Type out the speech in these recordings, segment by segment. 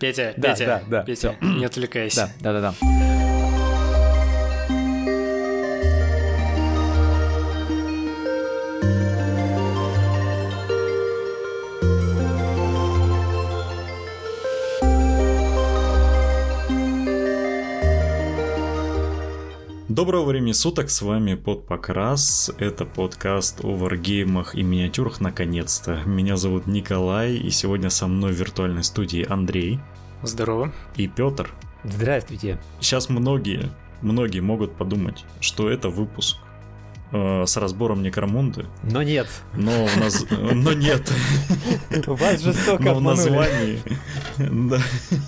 Петя, Да, Петя, не отвлекайся. Да. Доброго времени суток, с вами Подпокрас, это подкаст о варгеймах и миниатюрах наконец-то. Меня зовут Николай, и сегодня со мной в виртуальной студии Андрей. Здорово. И Петр. Здравствуйте. Сейчас многие могут подумать, что это выпуск с разбором Некромунды. Но нет. Но нет. Вас жестоко Но в обманули. названии... Да.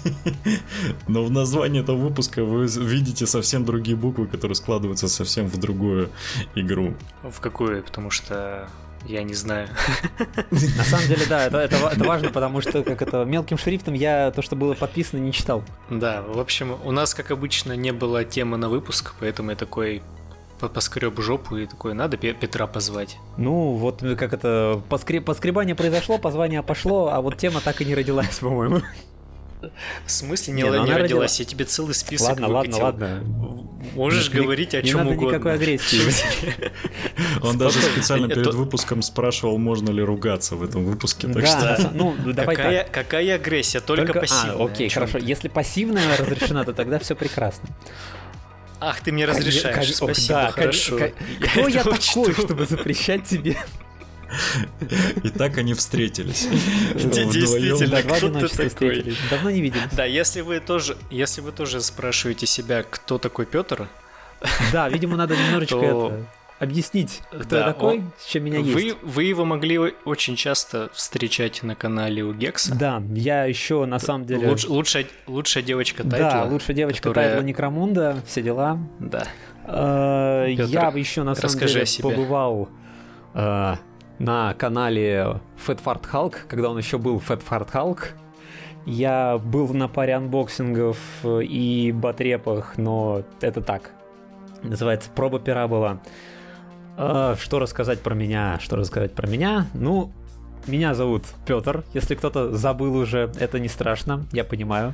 Но в названии этого выпуска вы видите совсем другие буквы, которые складываются совсем в другую игру. В какую? Потому что я не знаю. На самом деле, да, это важно, потому что мелким шрифтом я то, что было подписано, не читал. Да, в общем, у нас, как обычно, не было темы на выпуск, поэтому я такой поскреб жопу и такой, надо Петра позвать. Ну, вот как это, поскребание произошло, позвание пошло, а вот тема так и не родилась, по-моему. В смысле Не, не ну она родилась? Я тебе целый список выкатил. Ладно. Можешь говорить о чем угодно. угодно. Не надо никакой агрессии. Он даже специально перед выпуском спрашивал, можно ли ругаться в этом выпуске. Так что... Да, ну давай так. Какая агрессия? Только пассивная. Окей, хорошо. Если пассивная разрешена, то тогда все прекрасно. Ах, ты мне разрешаешь, спасибо, да, хорошо. Кто я такой, чтобы запрещать тебе? И так они встретились. Действительно, кто ты такой? Давно не виделись. Да, если вы тоже спрашиваете себя, кто такой Петр, да, видимо, надо немножечко объяснить, кто я такой, с чем меня есть. Вы его могли очень часто встречать на канале у Гекса. Да, я еще на самом деле... Лучшая девочка Тайтла. Да, лучшая девочка Тайтла Некромунда, все дела. Да. Я еще на самом деле побывал на канале Fat Fart Hulk, когда он еще был Fat Fart Hulk. Я был на паре анбоксингов и батрепах, но это так. Называется, проба пера была. Что рассказать про меня? Ну, меня зовут Петр. Если кто-то забыл уже, это не страшно, я понимаю.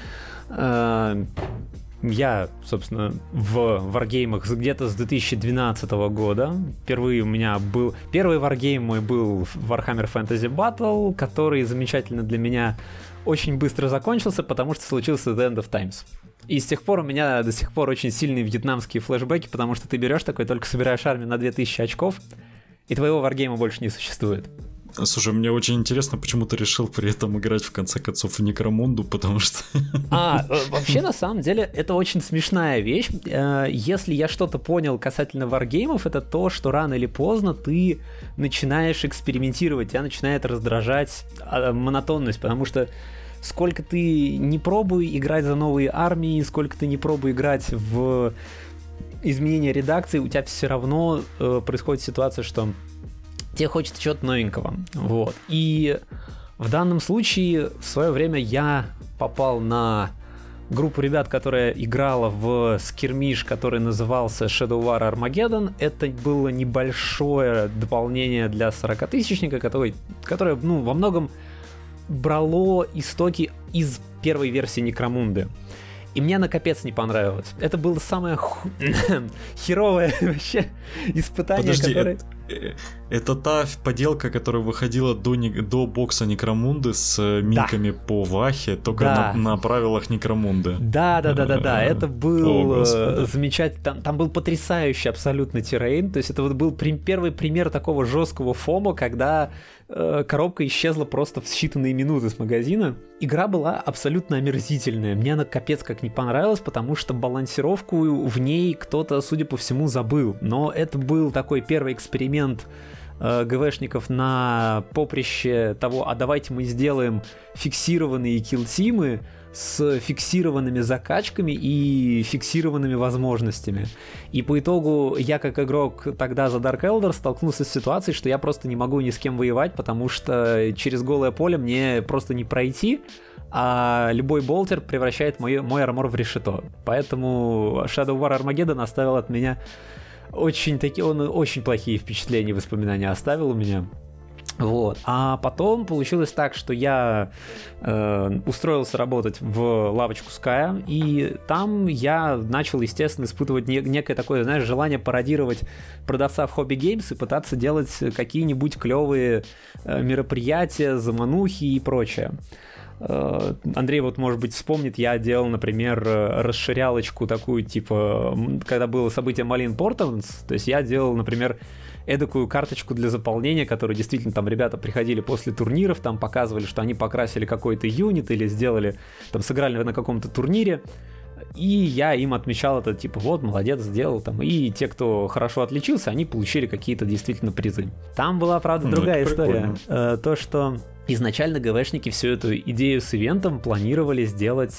Я, собственно, в варгеймах где-то с 2012 года. Впервые у меня был... Первый варгейм мой был Warhammer Fantasy Battle, который замечательно для меня очень быстро закончился, потому что случился The End of Times. И с тех пор у меня до сих пор очень сильные вьетнамские флешбеки, потому что ты берешь такой, только собираешь армию на 2000 очков, и твоего варгейма больше не существует. Слушай, мне очень интересно, почему ты решил при этом играть в конце концов в Некромунду, потому что... Вообще, на самом деле, это очень смешная вещь. Если я что-то понял касательно варгеймов, это то, что рано или поздно ты начинаешь экспериментировать, тебя начинает раздражать монотонность, потому что сколько ты не пробуй играть за новые армии, сколько ты не пробуй играть в изменения редакции, у тебя все равно происходит ситуация, что тебе хочется чего-то новенького. Вот. И в данном случае в свое время я попал на группу ребят, которая играла в скирмиш, который назывался Shadow War Armageddon. Это было небольшое дополнение для 40-тысячника, которое во многом брало истоки из первой версии Некромунды. И мне на капец не понравилось. Это было самое херовое вообще испытание, которое... Это та поделка, которая выходила до бокса Некромунды с минками по Вахе, только на правилах Некромунды. Да. Это был замечательный... Там был потрясающий абсолютно террейн. То есть это вот был первый пример такого жесткого фомо, когда коробка исчезла просто в считанные минуты с магазина. Игра была абсолютно омерзительная. Мне она капец как не понравилась, потому что балансировку в ней кто-то, судя по всему, забыл. Но это был такой первый эксперимент ГВшников на поприще того, а давайте мы сделаем фиксированные киллтимы с фиксированными закачками и фиксированными возможностями. И по итогу я как игрок тогда за Dark Eldar столкнулся с ситуацией, что я просто не могу ни с кем воевать, потому что через голое поле мне просто не пройти, а любой болтер превращает мой армор в решето. Поэтому Shadow War Armageddon оставил от меня он очень плохие впечатления и воспоминания оставил у меня. Вот. А потом получилось так, что я устроился работать в лавочку Sky, и там я начал, естественно, испытывать некое такое, знаешь, желание пародировать продавца в Hobby Games и пытаться делать какие-нибудь клевые мероприятия, заманухи и прочее. Андрей вот, может быть, вспомнит, я делал, например, расширялочку такую, типа, когда было событие Marine Portals, то есть я делал, например, эдакую карточку для заполнения, которую действительно там ребята приходили после турниров, там показывали, что они покрасили какой-то юнит или сделали, там сыграли на каком-то турнире, и я им отмечал это, типа, вот, молодец, сделал там, и те, кто хорошо отличился, они получили какие-то действительно призы. Там была, правда, другая история. То, что изначально ГВшники всю эту идею с ивентом планировали сделать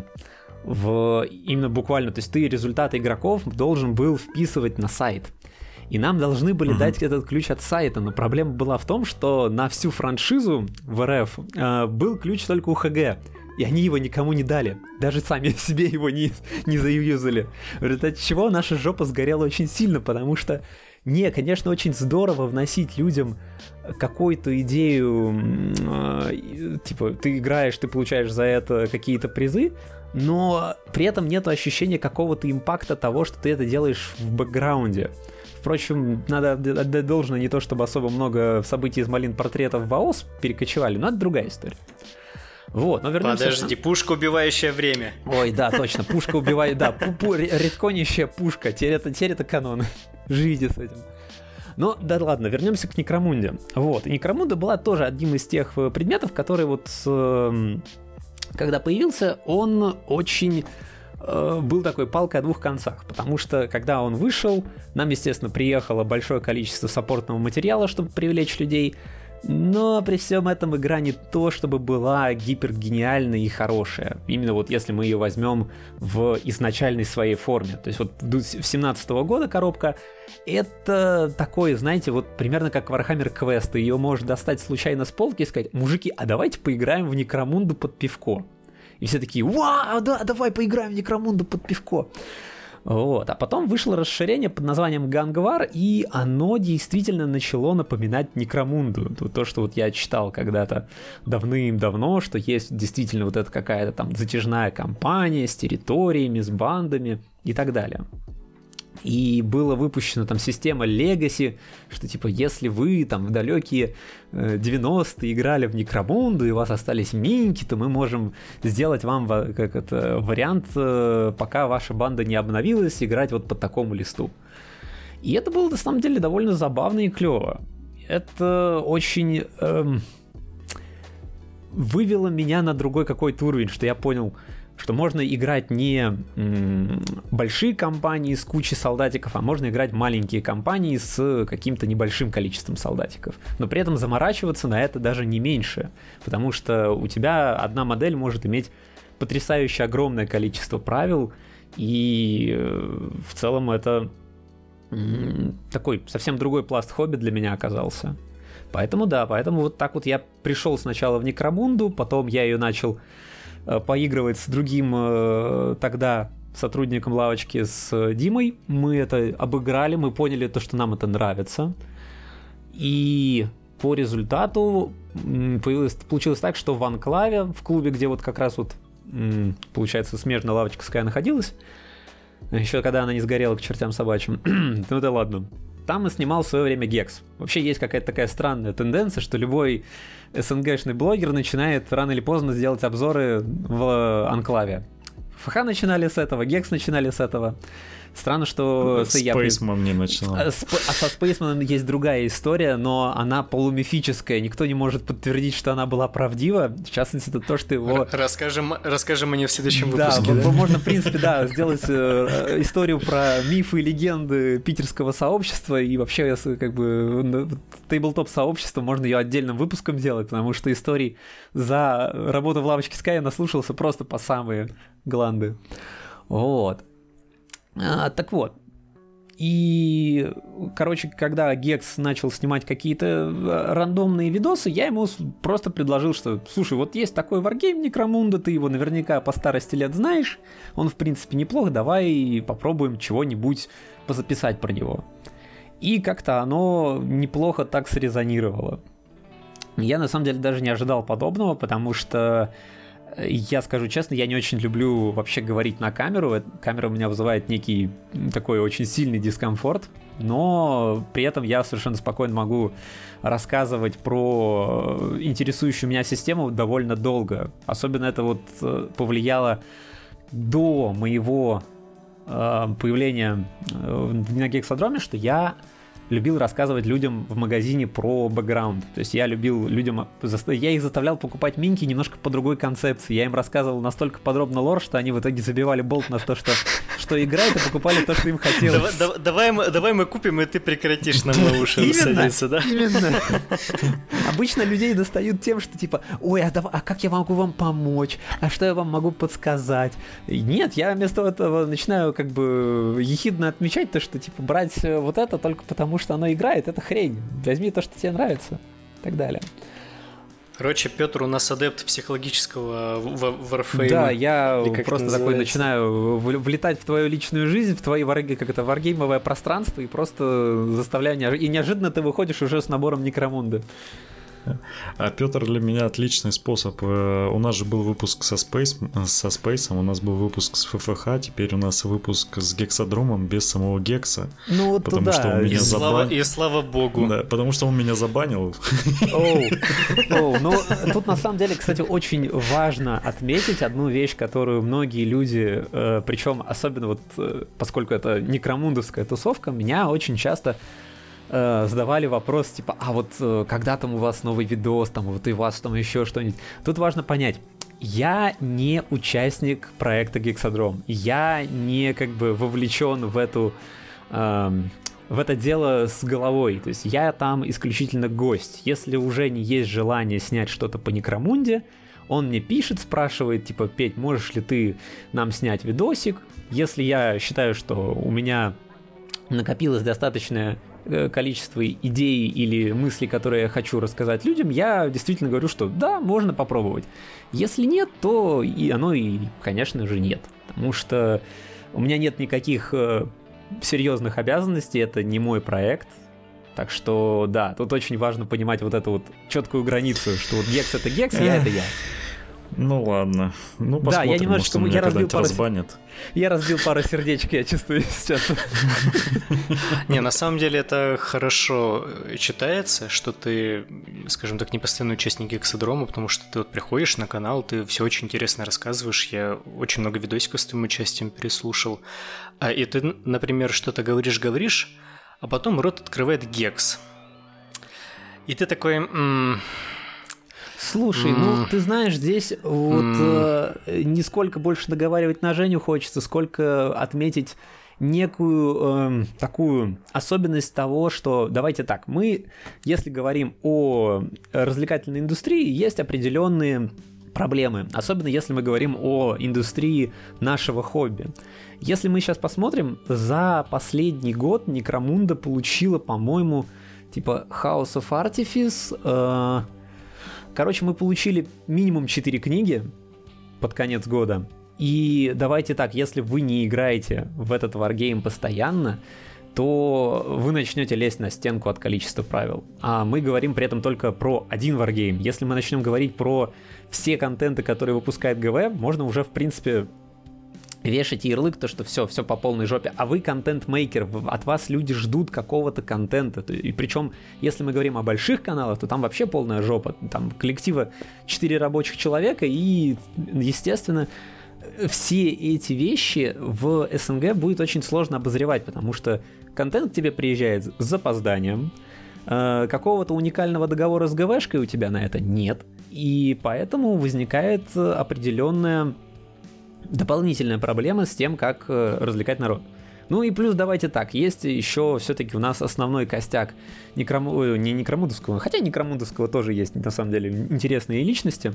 именно буквально, то есть ты результаты игроков должен был вписывать на сайт. И нам должны были дать этот ключ от сайта, но проблема была в том, что на всю франшизу в РФ был ключ только у ХГ, и они его никому не дали, даже сами себе его не заюзали. В результате чего наша жопа сгорела очень сильно, потому что, конечно, очень здорово вносить людям какую-то идею, типа, ты играешь, ты получаешь за это какие-то призы, но при этом нет ощущения какого-то импакта того, что ты это делаешь в бэкграунде. Впрочем, надо отдать должное, не то чтобы особо много событий из Малин портретов в АОС перекочевали, но это другая история. Вот, но вернемся... Подожди, пушка, убивающая время. Ой, да, точно, пушка убивает, да, редконящая пушка, теперь это канон. Живите с этим. Но, да ладно, вернемся к Некромунде. Вот, и Некромунда была тоже одним из тех предметов, который вот, когда появился, он очень... был такой палкой о двух концах, потому что, когда он вышел, нам, естественно, приехало большое количество саппортного материала, чтобы привлечь людей, но при всем этом игра не то, чтобы была гипергениальная и хорошая. Именно вот если мы ее возьмем в изначальной своей форме. То есть вот 2017 года коробка, это такое, знаете, вот примерно как Warhammer Quest, ты ее можешь достать случайно с полки и сказать: мужики, а давайте поиграем в Некромунду под пивко. И все такие: вау, да, давай поиграем в Некромунду под пивко. Вот. А потом вышло расширение под названием Гангвар, и оно действительно начало напоминать Некромунду. То, что вот я читал когда-то давным-давно, что есть действительно вот эта какая-то там затяжная кампания с территориями, с бандами и так далее. И была выпущена там система Legacy, что типа если вы там в далекие 90-е играли в Некромунду и у вас остались минки, то мы можем сделать вам вариант, пока ваша банда не обновилась, играть вот по такому листу. И это было на самом деле довольно забавно и клево. Это очень вывело меня на другой какой-то уровень, что я понял, что можно играть не большие кампании с кучей солдатиков, а можно играть маленькие кампании с каким-то небольшим количеством солдатиков. Но при этом заморачиваться на это даже не меньше, потому что у тебя одна модель может иметь потрясающе огромное количество правил, и в целом это такой совсем другой пласт хобби для меня оказался. Поэтому вот так вот я пришел сначала в Некромунду, потом я ее начал поигрывать с другим тогда сотрудником лавочки, с Димой. Мы это обыграли, мы поняли то, что нам это нравится. И по результату получилось так, что в Анклаве, в клубе, где вот как раз вот, получается, смежная лавочка Sky находилась, еще когда она не сгорела к чертям собачьим, ну да ладно. Там и снимал в свое время Гекс. Вообще есть какая-то такая странная тенденция, что любой СНГшный блогер начинает рано или поздно сделать обзоры в Анклаве. ФХ начинали с этого, Гекс начинали с этого. Странно, что... Спейсман не начинал. А со Спейсманом есть другая история, но она полумифическая. Никто не может подтвердить, что она была правдива. В частности, это то, что его... Расскажем о ней в следующем выпуске. Да, можно, в принципе, да, сделать историю про мифы и легенды питерского сообщества. И вообще, как бы, тейблтоп-сообщество, можно ее отдельным выпуском делать, потому что историй за работу в лавочке Sky я наслушался просто по самые гланды. Вот. Так вот, и, короче, когда Гекс начал снимать какие-то рандомные видосы, я ему просто предложил, что, слушай, вот есть такой варгейм Некромунда, ты его наверняка по старости лет знаешь, он, в принципе, неплох, давай попробуем чего-нибудь позаписать про него. И как-то оно неплохо так срезонировало. Я на самом деле даже не ожидал подобного, потому что, я скажу честно, я не очень люблю вообще говорить на камеру. Камера у меня вызывает некий такой очень сильный дискомфорт, но при этом я совершенно спокойно могу рассказывать про интересующую меня систему довольно долго. Особенно это вот повлияло до моего появления на Гексодроме, что я любил рассказывать людям в магазине про бэкграунд. То есть я любил людям... Я их заставлял покупать минки немножко по другой концепции. Я им рассказывал настолько подробно лор, что они в итоге забивали болт на то, что играет, и покупали то, что им хотелось. Давай мы купим, и ты прекратишь нам на уши садиться, да? Именно. Обычно людей достают тем, что типа, ой, а как я могу вам помочь? А что я вам могу подсказать? Нет, я вместо этого начинаю как бы ехидно отмечать то, что типа брать вот это только потому, что оно играет, это хрень. Возьми то, что тебе нравится, и так далее. Короче, Петр у нас адепт психологического варфейма. Да, я просто такой начинаю влетать в твою личную жизнь, в твои варгеймовое пространство и просто заставляю... И неожиданно ты выходишь уже с набором Некромунды. А Петр для меня отличный способ. У нас же был выпуск со Спейсом, у нас был выпуск с ФФХ, теперь у нас выпуск с Гексодромом без самого Гекса. Ну вот потому что он меня и слава богу. Да, потому что он меня забанил. Ну тут на самом деле, кстати, очень важно отметить одну вещь, которую многие люди, причем особенно вот поскольку это некромундовская тусовка, меня очень часто задавали вопрос, типа, а вот когда там у вас новый видос, там вот и у вас там еще что-нибудь. Тут важно понять, я не участник проекта Гексодром, я не как бы вовлечен в это дело с головой, то есть я там исключительно гость. Если уже не есть желание снять что-то по Некромунде, он мне пишет, спрашивает, типа, Петь, можешь ли ты нам снять видосик? Если я считаю, что у меня накопилось достаточное количество идей или мыслей, которые я хочу рассказать людям, я действительно говорю, что да, можно попробовать. Если нет, то и оно и, конечно же, нет. Потому что у меня нет никаких серьезных обязанностей, это не мой проект. Так что, да, тут очень важно понимать вот эту вот четкую границу, что вот Гекс — это Гекс, я — это я. Ну ладно. Ну посмотрим, да, я немножечко, может, меня когда-нибудь разбанят. Я разбил пару сердечек, я чувствую сейчас. Не, на самом деле это хорошо читается, что ты, скажем так, не постоянный участник Гексодрома, потому что ты вот приходишь на канал, ты все очень интересно рассказываешь, я очень много видосиков с твоим участием переслушал, и ты, например, что-то говоришь, а потом рот открывает Гекс. И ты такой... Слушай, ну ты знаешь, здесь вот нисколько больше договаривать на Женю хочется, сколько отметить некую такую особенность того, что, давайте так, мы, если говорим о развлекательной индустрии, есть определенные проблемы, особенно если мы говорим о индустрии нашего хобби. Если мы сейчас посмотрим, за последний год Некромунда получила, по-моему, типа House of Artifice... Короче, мы получили минимум 4 книги под конец года. И давайте так, если вы не играете в этот варгейм постоянно, то вы начнете лезть на стенку от количества правил. А мы говорим при этом только про один варгейм. Если мы начнем говорить про все контенты, которые выпускает ГВ, можно уже, в принципе, вешать ярлык, то что все по полной жопе, а вы контент-мейкер, от вас люди ждут какого-то контента, и причем, если мы говорим о больших каналах, то там вообще полная жопа, там коллектива 4 рабочих человека, и, естественно, все эти вещи в СНГ будет очень сложно обозревать, потому что контент к тебе приезжает с запозданием, какого-то уникального договора с ГВшкой у тебя на это нет, и поэтому возникает определенная дополнительная проблема с тем, как развлекать народ. Ну и плюс давайте так, есть еще все-таки у нас основной костяк не некромундовского, хотя некромундовского тоже есть на самом деле интересные личности.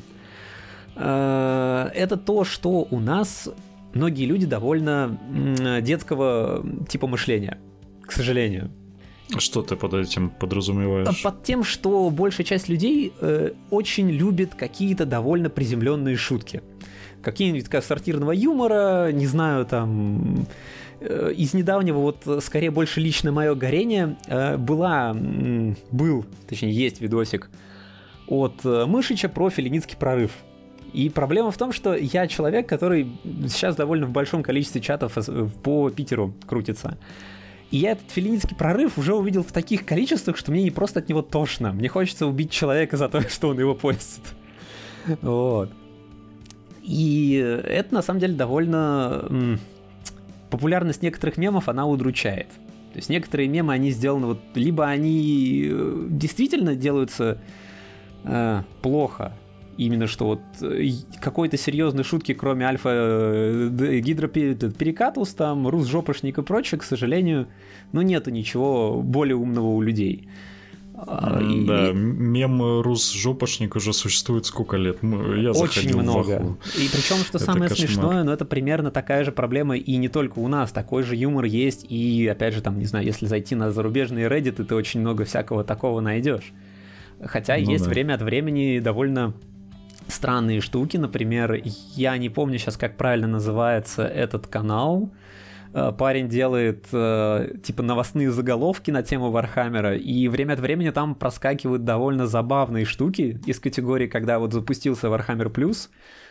Это то, что у нас многие люди довольно детского типа мышления, к сожалению. Что ты под этим подразумеваешь? Под тем, что большая часть людей очень любит какие-то довольно приземленные шутки. Какие-нибудь сортирного юмора, не знаю, там... Из недавнего, вот, скорее, больше лично мое горение, есть видосик от Мышича про Фелиницкий прорыв. И проблема в том, что я человек, который сейчас довольно в большом количестве чатов по Питеру крутится. И я этот Фелиницкий прорыв уже увидел в таких количествах, что мне не просто от него тошно. Мне хочется убить человека за то, что он его постит. Вот. И это, на самом деле, довольно... Популярность некоторых мемов, она удручает. То есть некоторые мемы, они сделаны вот... Либо они действительно делаются плохо, именно что вот какой-то серьезной шутки, кроме альфа-гидроперекатус, там, рус-жопошник и прочее, к сожалению, ну, нету ничего более умного у людей. Да, мем рус-жопошник уже существует сколько лет? Я очень много. В аху. И причем, что самое смешное, но это примерно такая же проблема и не только у нас. Такой же юмор есть, и, опять же, там, не знаю, если зайти на зарубежные Reddit, ты очень много всякого такого найдешь. Хотя есть время от времени довольно странные штуки. Например, я не помню сейчас, как правильно называется этот канал. Парень делает типа новостные заголовки на тему Вархаммера, и время от времени там проскакивают довольно забавные штуки из категории, когда вот запустился Warhammer Plus,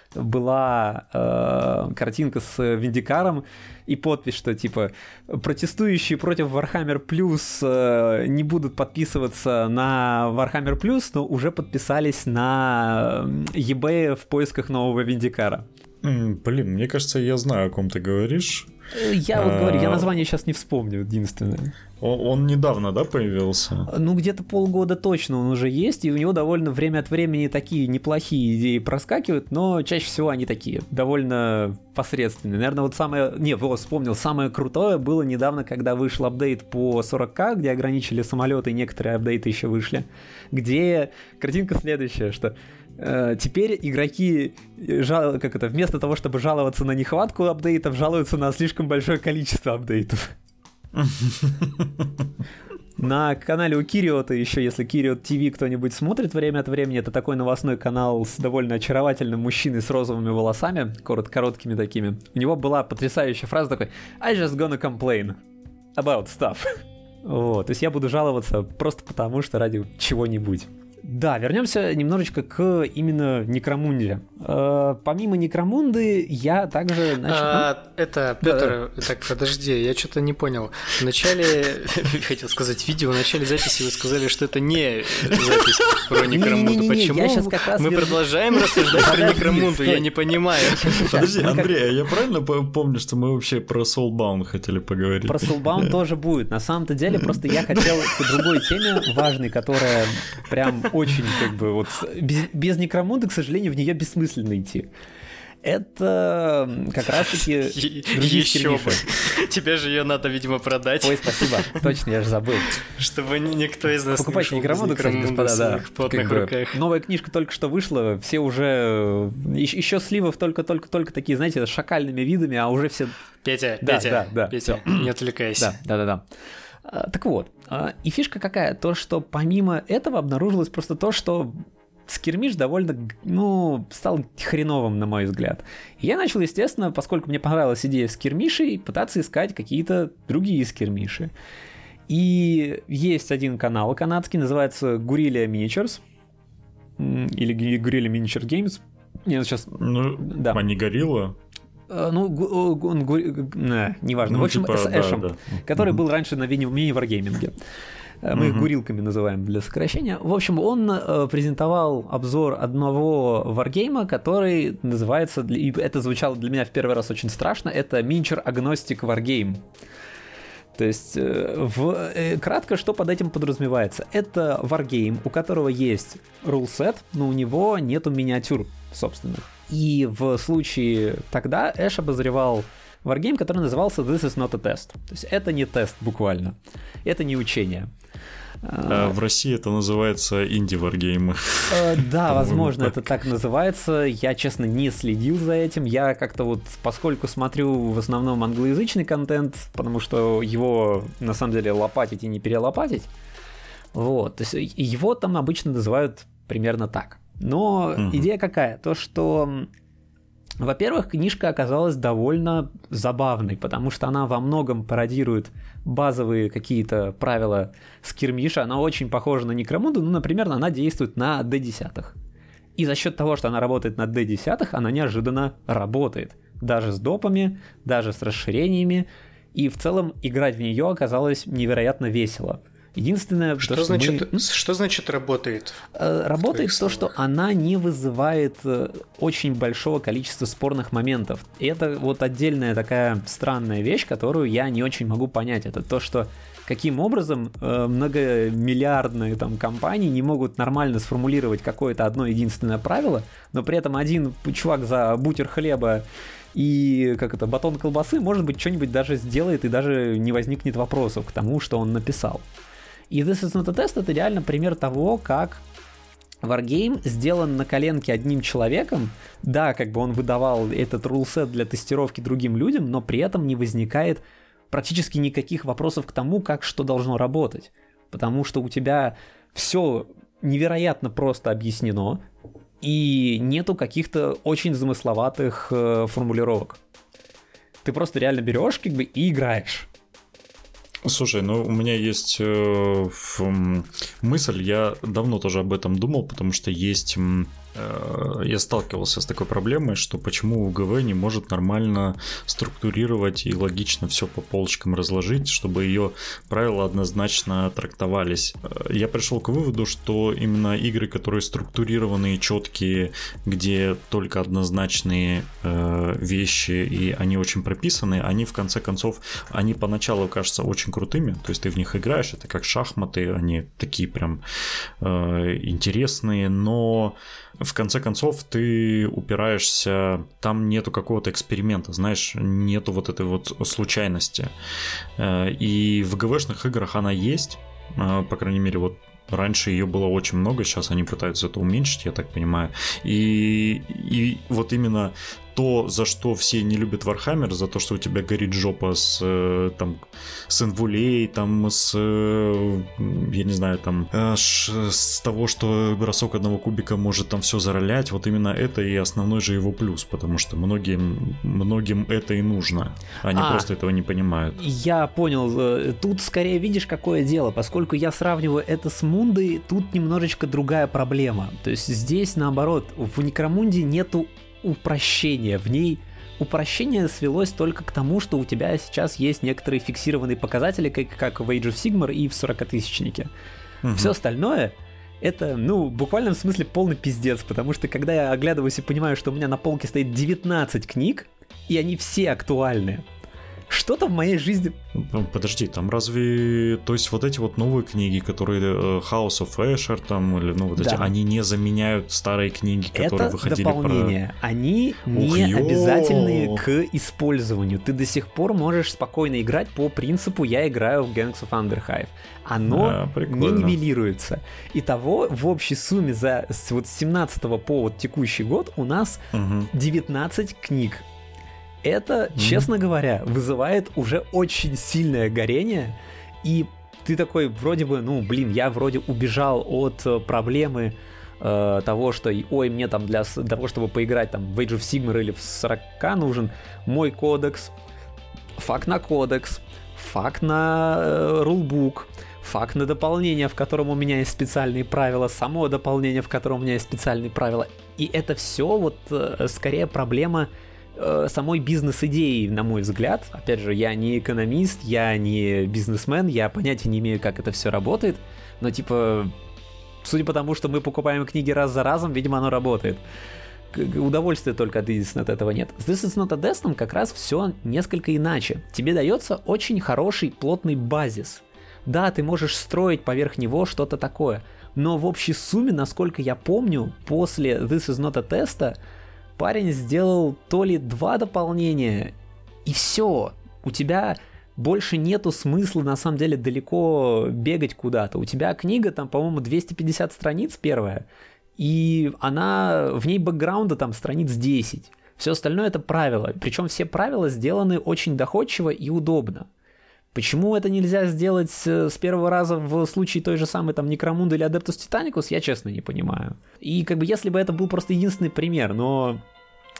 была картинка с Виндикаром и подпись, что типа протестующие против Warhammer Plus не будут подписываться на Warhammer Plus, но уже подписались на eBay в поисках нового Виндикара. Блин, мне кажется, я знаю, о ком ты говоришь. Я вот говорю, я название сейчас не вспомню, единственное. Он недавно, да, появился? Ну, где-то полгода точно он уже есть, и у него довольно время от времени такие неплохие идеи проскакивают, но чаще всего они такие, довольно посредственные. Наверное, вот самое... Не, вот вспомнил, самое крутое было недавно, когда вышел апдейт по 40к, где ограничили самолеты, и некоторые апдейты еще вышли, где картинка следующая, что... Теперь игроки вместо того, чтобы жаловаться на нехватку апдейтов, жалуются на слишком большое количество апдейтов. На канале у Кириота еще, если Кириот ТВ кто-нибудь смотрит время от времени, это такой новостной канал с довольно очаровательным мужчиной с розовыми волосами, короткими такими. У него была потрясающая фраза такой: I just gonna complain about stuff. Вот, то есть я буду жаловаться просто потому, что ради чего-нибудь. Да, вернемся немножечко к именно Некромунде. Помимо Некромунды, я также начал... Петр, так, подожди, я что-то не понял. В начале, хотел сказать видео, в начале записи вы сказали, что это не запись про Некромунду. Почему мы продолжаем рассуждать про Некромунду? Я не понимаю. Подожди, Андрей, я правильно помню, что мы вообще про Soulbound хотели поговорить? Про Soulbound тоже будет. На самом-то деле, просто я хотел к другой теме важной, которая прям очень как бы вот без Некромунды, к сожалению, в нее бессмысленно идти. Это как раз-таки еще бы. Тебе же ее надо, видимо, продать. Ой, спасибо. Точно, я же забыл. Чтобы никто из нас покупайте Некромунду, кстати, господа, да. В потных руках. Новая книжка только что вышла, все уже... Еще сливов только такие, знаете, с шакальными видами, а уже все... Петя, не отвлекайся. Да. Так вот, и фишка какая? То, что помимо этого обнаружилось просто то, что скирмиш довольно, стал хреновым, на мой взгляд. И я начал, естественно, поскольку мне понравилась идея скирмишей, пытаться искать какие-то другие скирмиши. И есть один канал канадский, называется Guerrilla Miniatures, или Guerrilla Miniature Games. Нет, сейчас... да. А не Горилла? Неважно. В общем, с Эшем, который был раньше на мини-варгейминге. Мы их гурилками называем для сокращения. В общем, он презентовал обзор одного варгейма, который называется, и это звучало для меня в первый раз очень страшно, это Miniature Agnostic Wargame. То есть, кратко, что под этим подразумевается? Это варгейм, у которого есть рулсет, но у него нету миниатюр собственных. И в случае тогда Эш обозревал варгейм, который назывался This is not a test. То есть это не тест буквально, это не учение. В России это называется инди-варгеймы. Да, возможно, это так называется. Я, честно, не следил за этим. Я как-то вот, поскольку смотрю в основном англоязычный контент, потому что его, на самом деле, лопатить и не перелопатить, вот, то есть его там обычно называют примерно так. Но идея какая? То, что Во-первых, книжка оказалась довольно забавной, потому что она во многом пародирует базовые какие-то правила скирмиша. Она очень похожа на Некромунду, например, она действует на D10. И за счет того, что она работает на D10, она неожиданно работает. Даже с допами, даже с расширениями. И в целом играть в нее оказалось невероятно весело. Единственное, что значит работает? Работает то, что она не вызывает очень большого количества спорных моментов. И это вот отдельная такая странная вещь, которую я не очень могу понять. Это то, что каким образом многомиллиардные там компании не могут нормально сформулировать какое-то одно единственное правило, но при этом один чувак за бутер хлеба и батон колбасы, может быть, что-нибудь даже сделает, и даже не возникнет вопросов к тому, что он написал. И This is not a test — это реально пример того, как Wargame сделан на коленке одним человеком. Да, он выдавал этот рулсет для тестировки другим людям, но при этом не возникает практически никаких вопросов к тому, как что должно работать. Потому что у тебя все невероятно просто объяснено, и нету каких-то очень замысловатых формулировок. Ты просто реально берешь и играешь. Слушай, у меня есть мысль, я давно тоже об этом думал, потому что я сталкивался с такой проблемой, что почему УГВ не может нормально структурировать и логично все по полочкам разложить, чтобы ее правила однозначно трактовались. Я пришел к выводу, что именно игры, которые структурированные, четкие, где только однозначные вещи и они очень прописаны, они в конце концов, они поначалу кажутся очень крутыми, то есть ты в них играешь, это как шахматы, они такие прям интересные, но в конце концов ты упираешься, там нету какого-то эксперимента, знаешь, нету вот этой вот случайности. И в ГВшных играх она есть, по крайней мере, вот раньше ее было очень много, сейчас они пытаются это уменьшить, я так понимаю. И вот именно то, за что все не любят Warhammer, за то, что у тебя горит жопа с инвулей, я не знаю, с того, что бросок одного кубика может там все заролять, вот именно это и основной же его плюс, потому что многим это и нужно, они просто этого не понимают. Я понял, тут скорее видишь, какое дело, поскольку я сравниваю это с Мундой, тут немножечко другая проблема, то есть здесь наоборот, в Некромунде нету упрощение. В ней упрощение свелось только к тому, что у тебя сейчас есть некоторые фиксированные показатели, как в Age of Sigmar и в 40-тысячнике. Все остальное это, в буквальном смысле полный пиздец, потому что когда я оглядываюсь и понимаю, что у меня на полке стоит 19 книг, и они все актуальны, что-то в моей жизни... Подожди, там разве... То есть вот эти вот новые книги, которые House of Escher там, или эти, они не заменяют старые книги, которые выходили... Это дополнение. Они не обязательные к использованию. Ты до сих пор можешь спокойно играть по принципу «я играю в Gangs of Underhive». Оно не нивелируется. Итого в общей сумме с 17 по текущий год у нас 19 книг. Это, честно говоря, вызывает уже очень сильное горение, и ты такой вроде бы, я вроде убежал от проблемы того, что, мне там для того, чтобы поиграть там в Age of Sigmar или в 40 нужен мой кодекс, факт на кодекс, факт на рулбук, факт на дополнение, в котором у меня есть специальные правила, само дополнение, в котором у меня есть специальные правила. И это все скорее проблема самой бизнес-идеи, на мой взгляд. Опять же, я не экономист, я не бизнесмен, я понятия не имею, как это все работает, но судя по тому, что мы покупаем книги раз за разом, видимо, оно работает. Удовольствия только от этого нет. С This is not a test как раз все несколько иначе. Тебе дается очень хороший плотный базис. Да, ты можешь строить поверх него что-то такое, но в общей сумме, насколько я помню, после This is not a test парень сделал то ли 2 дополнения, и все. У тебя больше нету смысла, на самом деле, далеко бегать куда-то. У тебя книга, там, по-моему, 250 страниц первая, и в ней бэкграунда там страниц 10. Все остальное это правила. Причем все правила сделаны очень доходчиво и удобно. Почему это нельзя сделать с первого раза в случае той же самой там Necromunda или Adeptus Titanicus, я честно не понимаю. И если бы это был просто единственный пример, но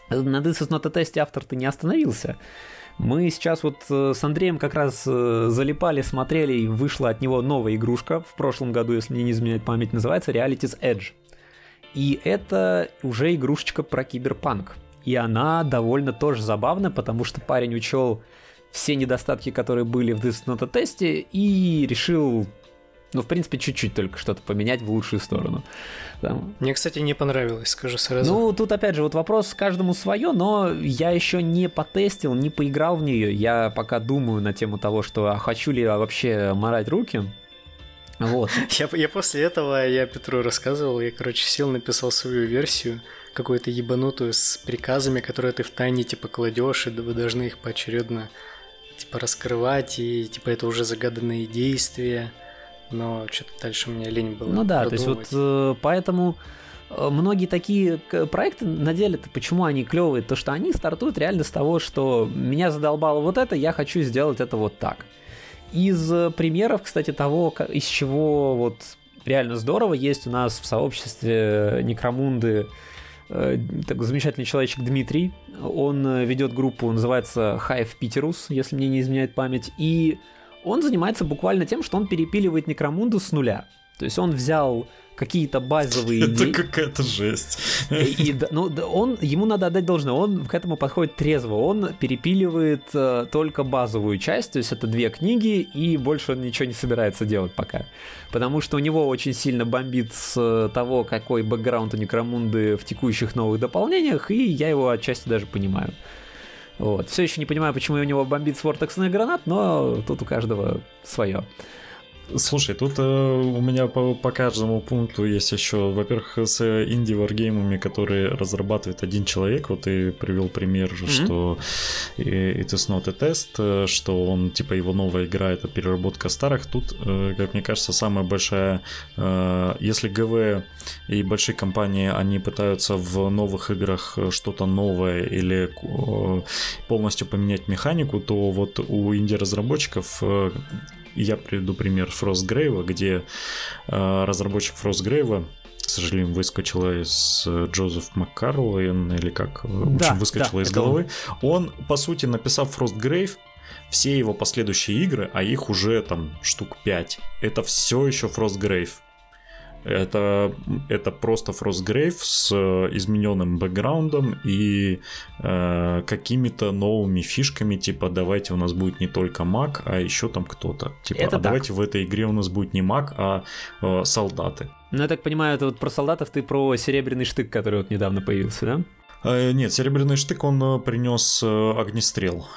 На This is not a test автор-то не остановился. Мы сейчас вот с Андреем как раз залипали, смотрели, и вышла от него новая игрушка в прошлом году, если мне не изменяет память, называется Reality's Edge. И это уже игрушечка про киберпанк. И она довольно тоже забавна, потому что парень учел все недостатки, которые были в This is not a тесте, и решил... Ну, в принципе, чуть-чуть только что-то поменять в лучшую сторону. Там. Мне, кстати, не понравилось, скажу сразу. Ну, тут, опять же, вот вопрос каждому свое, но я еще не потестил, не поиграл в нее. Я пока думаю на тему того, что хочу ли я вообще морать руки. Вот. Я после этого, я Петру рассказывал, я, короче, сел, написал свою версию, какую-то ебанутую с приказами, которые ты в тайне, типа, кладешь, и вы должны их поочередно, типа, раскрывать, и, типа, это уже загаданные действия. Но что-то дальше мне лень было. Ну да, продумывать. То есть вот поэтому многие такие проекты на деле-то, почему они клевые? То, что они стартуют реально с того, что меня задолбало вот это, я хочу сделать это вот так. Из примеров, кстати, того, из чего вот реально здорово, есть у нас в сообществе Некромунды такой замечательный человечек Дмитрий. Он ведет группу, называется Hive Piterus, если мне не изменяет память, и он занимается буквально тем, что он перепиливает Некромунду с нуля. То есть он взял какие-то базовые идеи. Это какая-то жесть. Ему надо отдать должное, он к этому подходит трезво. Он перепиливает только базовую часть, то есть это 2 книги, и больше он ничего не собирается делать пока. Потому что у него очень сильно бомбит с того, какой бэкграунд у Некромунды в текущих новых дополнениях, и я его отчасти даже понимаю. Вот. Все еще не понимаю, почему у него бомбит с вортексных гранат, но тут у каждого свое. Слушай, тут у меня по каждому пункту есть еще, во-первых, с инди-варгеймами, которые разрабатывает один человек. Вот ты привел пример, что it is not a test, что он, типа, его новая игра — это переработка старых. Тут, как мне кажется, самая большая... Если ГВ и большие компании, они пытаются в новых играх что-то новое или полностью поменять механику, то вот у инди-разработчиков... Я приведу пример Frostgrave, где разработчик Frostgrave, к сожалению, выскочила из Джозеф Маккарлейн, или как, в общем, выскочила из головы. Он, по сути, написав Frostgrave, все его последующие игры, а их уже там штук 5, это все еще Frostgrave. Это просто Frostgrave с измененным бэкграундом и какими-то новыми фишками, типа давайте у нас будет не только маг, а еще там кто-то. Типа, давайте в этой игре у нас будет не маг, а солдаты. Ну, я так понимаю, это вот про солдатов ты про серебряный штык, который вот недавно появился, да? Нет, серебряный штык, он принес огнестрел.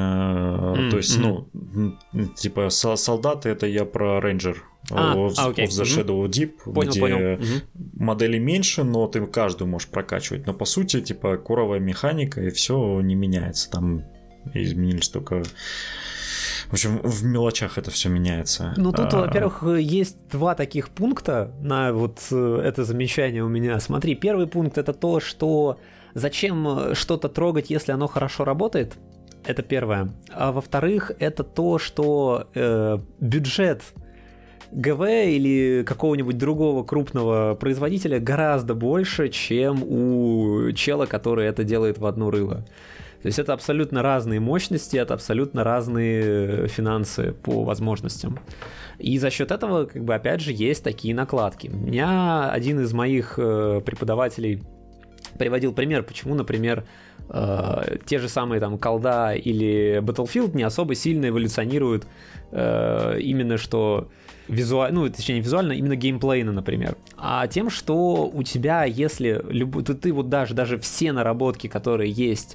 То есть, ну, типа, солдаты — это я про рейнджер. Of the Shadow Deep, где моделей меньше, но ты каждую можешь прокачивать. Но по сути, типа, коровая механика, и все не меняется. Там изменились только... В общем, в мелочах это все меняется. Ну, тут, во-первых, есть 2 таких пункта на вот это замечание у меня. Смотри, первый пункт — это то, что зачем что-то трогать, если оно хорошо работает. Это первое. А во-вторых, это то, что бюджет ГВ или какого-нибудь другого крупного производителя гораздо больше, чем у чела, который это делает в одно рыло. То есть это абсолютно разные мощности, это абсолютно разные финансы по возможностям. И за счет этого, как бы, опять же, есть такие накладки. У меня один из моих преподавателей приводил пример, почему, например, те же самые там колда или Battlefield не особо сильно эволюционируют именно что визуально, ну, точнее, не визуально, именно геймплейно, например. А тем, что у тебя, если ты вот даже все наработки, которые есть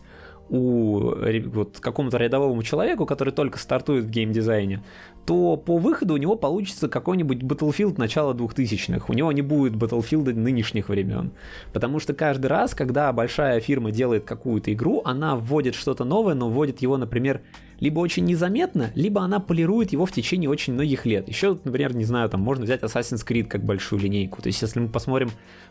у вот какому-то рядовому человеку, который только стартует в геймдизайне, то по выходу у него получится какой-нибудь Battlefield начала 2000-х. У него не будет Battlefield нынешних времен. Потому что каждый раз, когда большая фирма делает какую-то игру, она вводит что-то новое, но вводит его, например, либо очень незаметно, либо она полирует его в течение очень многих лет. Еще, например, не знаю, там можно взять Assassin's Creed как большую линейку. То есть, если мы посмотрим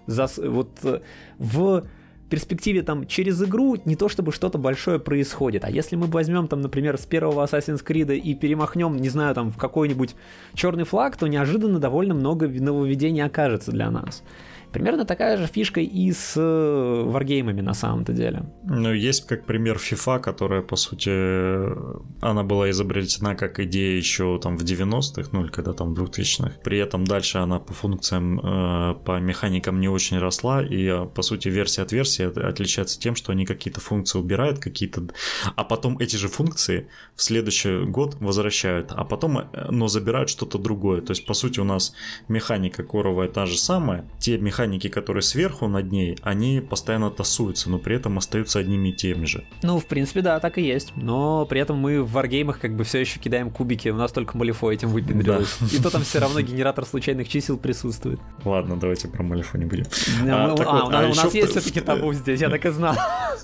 в перспективе там через игру не то чтобы что-то большое происходит, а если мы возьмем там, например, с первого Assassin's Creed и перемахнем, не знаю, там в какой-нибудь черный флаг, то неожиданно довольно много нововведений окажется для нас. Примерно такая же фишка и с варгеймами на самом-то деле. Ну, есть как пример FIFA, которая, по сути, она была изобретена как идея еще там в 90-х, ну или когда там в 2000-х. При этом дальше она по функциям, по механикам не очень росла, и, по сути, версия от версии отличается тем, что они какие-то функции убирают, а потом эти же функции в следующий год возвращают, а потом, но забирают что-то другое. То есть, по сути, у нас механика коровая та же самая, те механики, которые сверху над ней, они постоянно тасуются, но при этом остаются одними и теми же. Ну, в принципе, да, так и есть. Но при этом мы в варгеймах как бы все еще кидаем кубики, у нас только Malifaux этим выпендрилось. Да. И то там все равно генератор случайных чисел присутствует. Ладно, давайте про Malifaux не будем. У нас есть все-таки табу здесь, я так и знал.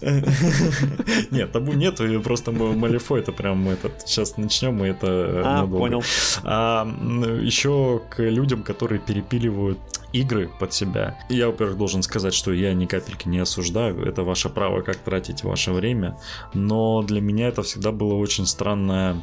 Нет, табу нет, просто Malifaux это прям сейчас начнем, и это надолго. Понял. Еще к людям, которые перепиливают игры под себя. Я, во-первых, должен сказать, что я ни капельки не осуждаю, это ваше право, как тратить ваше время, но для меня это всегда была очень странная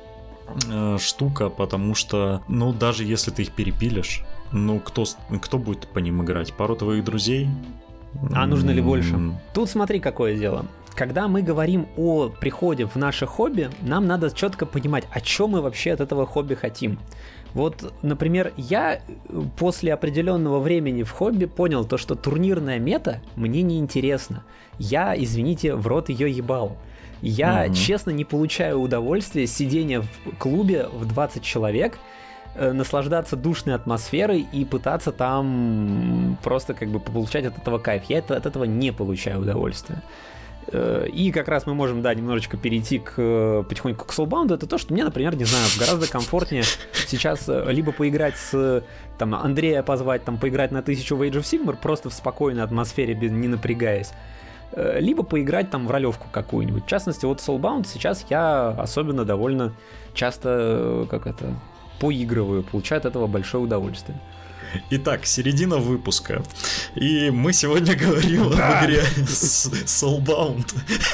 штука, потому что, ну, даже если ты их перепилишь, ну, кто будет по ним играть? Пару твоих друзей? А нужно ли больше? Тут смотри, какое дело. Когда мы говорим о приходе в наше хобби, нам надо четко понимать, о чем мы вообще от этого хобби хотим. Вот, например, я после определенного времени в хобби понял то, что турнирная мета мне не интересна. Я, извините, в рот ее ебал. Я, честно, не получаю удовольствия сидения в клубе в 20 человек, наслаждаться душной атмосферой и пытаться там просто как бы получать от этого кайф. Я от этого не получаю удовольствия. И как раз мы можем, да, немножечко перейти потихоньку к Soulbound. Это то, что мне, например, не знаю, гораздо комфортнее сейчас либо поиграть там, Андрея позвать, там, поиграть на 1000 в Age of Sigmar, просто в спокойной атмосфере, не напрягаясь, либо поиграть там в ролевку какую-нибудь. В частности, вот Soulbound сейчас я особенно довольно часто, поигрываю, получаю от этого большое удовольствие. Итак, середина выпуска. И мы сегодня говорим об игре Soulbound.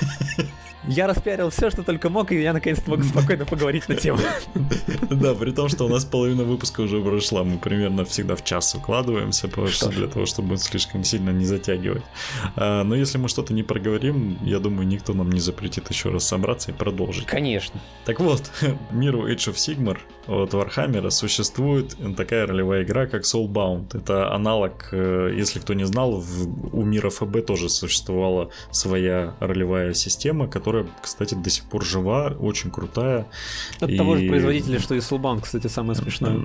Я распиарил все, что только мог, и я наконец-то могу спокойно поговорить на тему. Да, при том, что у нас половина выпуска уже прошла. Мы примерно всегда в час укладываемся, для того, чтобы слишком сильно не затягивать. Но если мы что-то не проговорим, я думаю, никто нам не запретит еще раз собраться и продолжить. Конечно. Так вот, миру Age of Sigmar от Warhammer существует такая ролевая игра, как Soulbound. Это аналог, если кто не знал, у мира ФБ тоже существовала своя ролевая система, которая, кстати, до сих пор жива, очень крутая. От того же производителя, что и Soulbound, кстати, самое смешное.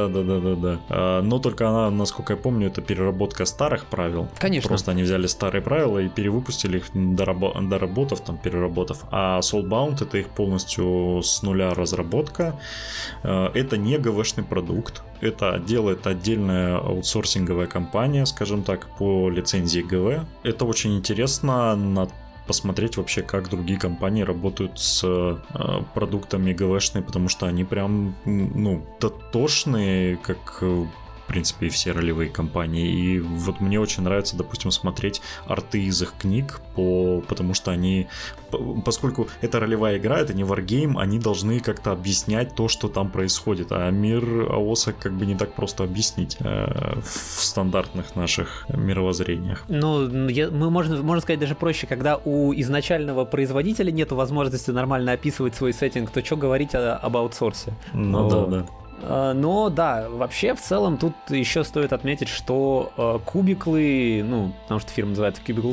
Да. Но только она, насколько я помню, это переработка старых правил. Конечно. Просто они взяли старые правила и перевыпустили их, доработав, переработав. А Soulbound — это их полностью с нуля разработка. Это не ГВшный продукт. Это делает отдельная аутсорсинговая компания, скажем так, по лицензии ГВ. Это очень интересно посмотреть вообще, как другие компании работают с продуктами ГВшные, потому что они прям, дотошные, как в принципе и все ролевые компании. И вот мне очень нравится, допустим, смотреть арты из их книг, потому что поскольку это ролевая игра, это не варгейм, они должны как-то объяснять то, что там происходит, а мир АОСа как бы не так просто объяснить в стандартных наших мировоззрениях. Можно сказать даже проще, когда у изначального производителя нет возможности нормально описывать свой сеттинг, то что говорить об аутсорсе? Да. Но да, вообще в целом тут еще стоит отметить, что кубиклы, потому что фирма называется Cubicle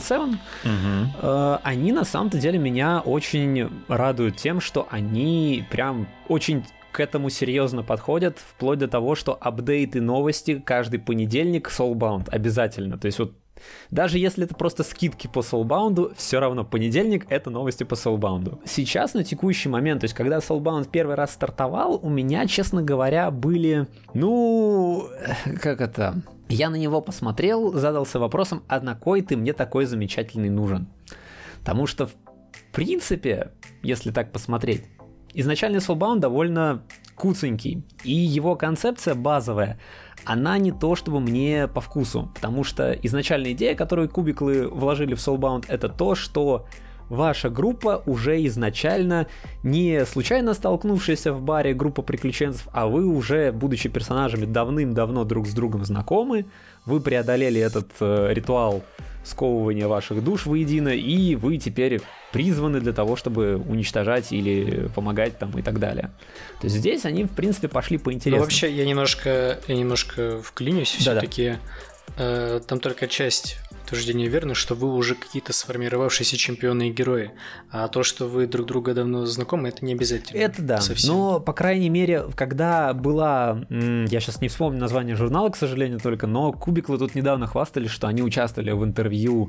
7, они на самом-то деле меня очень радуют тем, что они прям очень к этому серьезно подходят, вплоть до того, что апдейты новости каждый понедельник Soulbound обязательно. То есть вот даже если это просто скидки по Soulbound, все равно понедельник — это новости по Soulbound. Сейчас, на текущий момент, то есть когда Soulbound первый раз стартовал, у меня, честно говоря, были, я на него посмотрел, задался вопросом, а на кой ты мне такой замечательный нужен? Потому что, в принципе, если так посмотреть, изначальный Soulbound довольно куценький, и его концепция базовая, она не то чтобы мне по вкусу, потому что изначальная идея, которую кубиклы вложили в Soulbound, это то, что ваша группа уже изначально не случайно столкнувшаяся в баре группа приключенцев, а вы уже, будучи персонажами давным-давно друг с другом знакомы, вы преодолели этот ритуал сковывания ваших душ воедино, и вы теперь призваны для того, чтобы уничтожать или помогать там и так далее. То есть здесь они, в принципе, пошли по интересам. Ну, вообще, я немножко вклинюсь все-таки. Там только часть утверждения верно, что вы уже какие-то сформировавшиеся чемпионы и герои. А то, что вы друг друга давно знакомы, это не обязательно. Это да. Совсем. Но, по крайней мере, когда была... Я сейчас не вспомню название журнала, к сожалению, только, но Кубиклы тут недавно хвастались, что они участвовали в интервью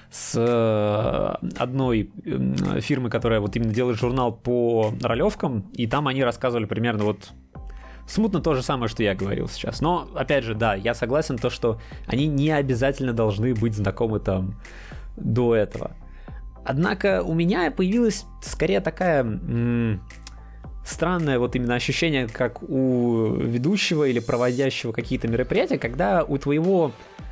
с одной фирмой, которая вот именно делает журнал по ролевкам, и там они рассказывали примерно вот смутно то же самое, что я говорил сейчас. Но, опять же, да, я согласен, то, что они не обязательно должны быть знакомы там до этого. Однако у меня появилась скорее такая странное вот именно ощущение, как у ведущего или проводящего какие-то мероприятия, когда у твоего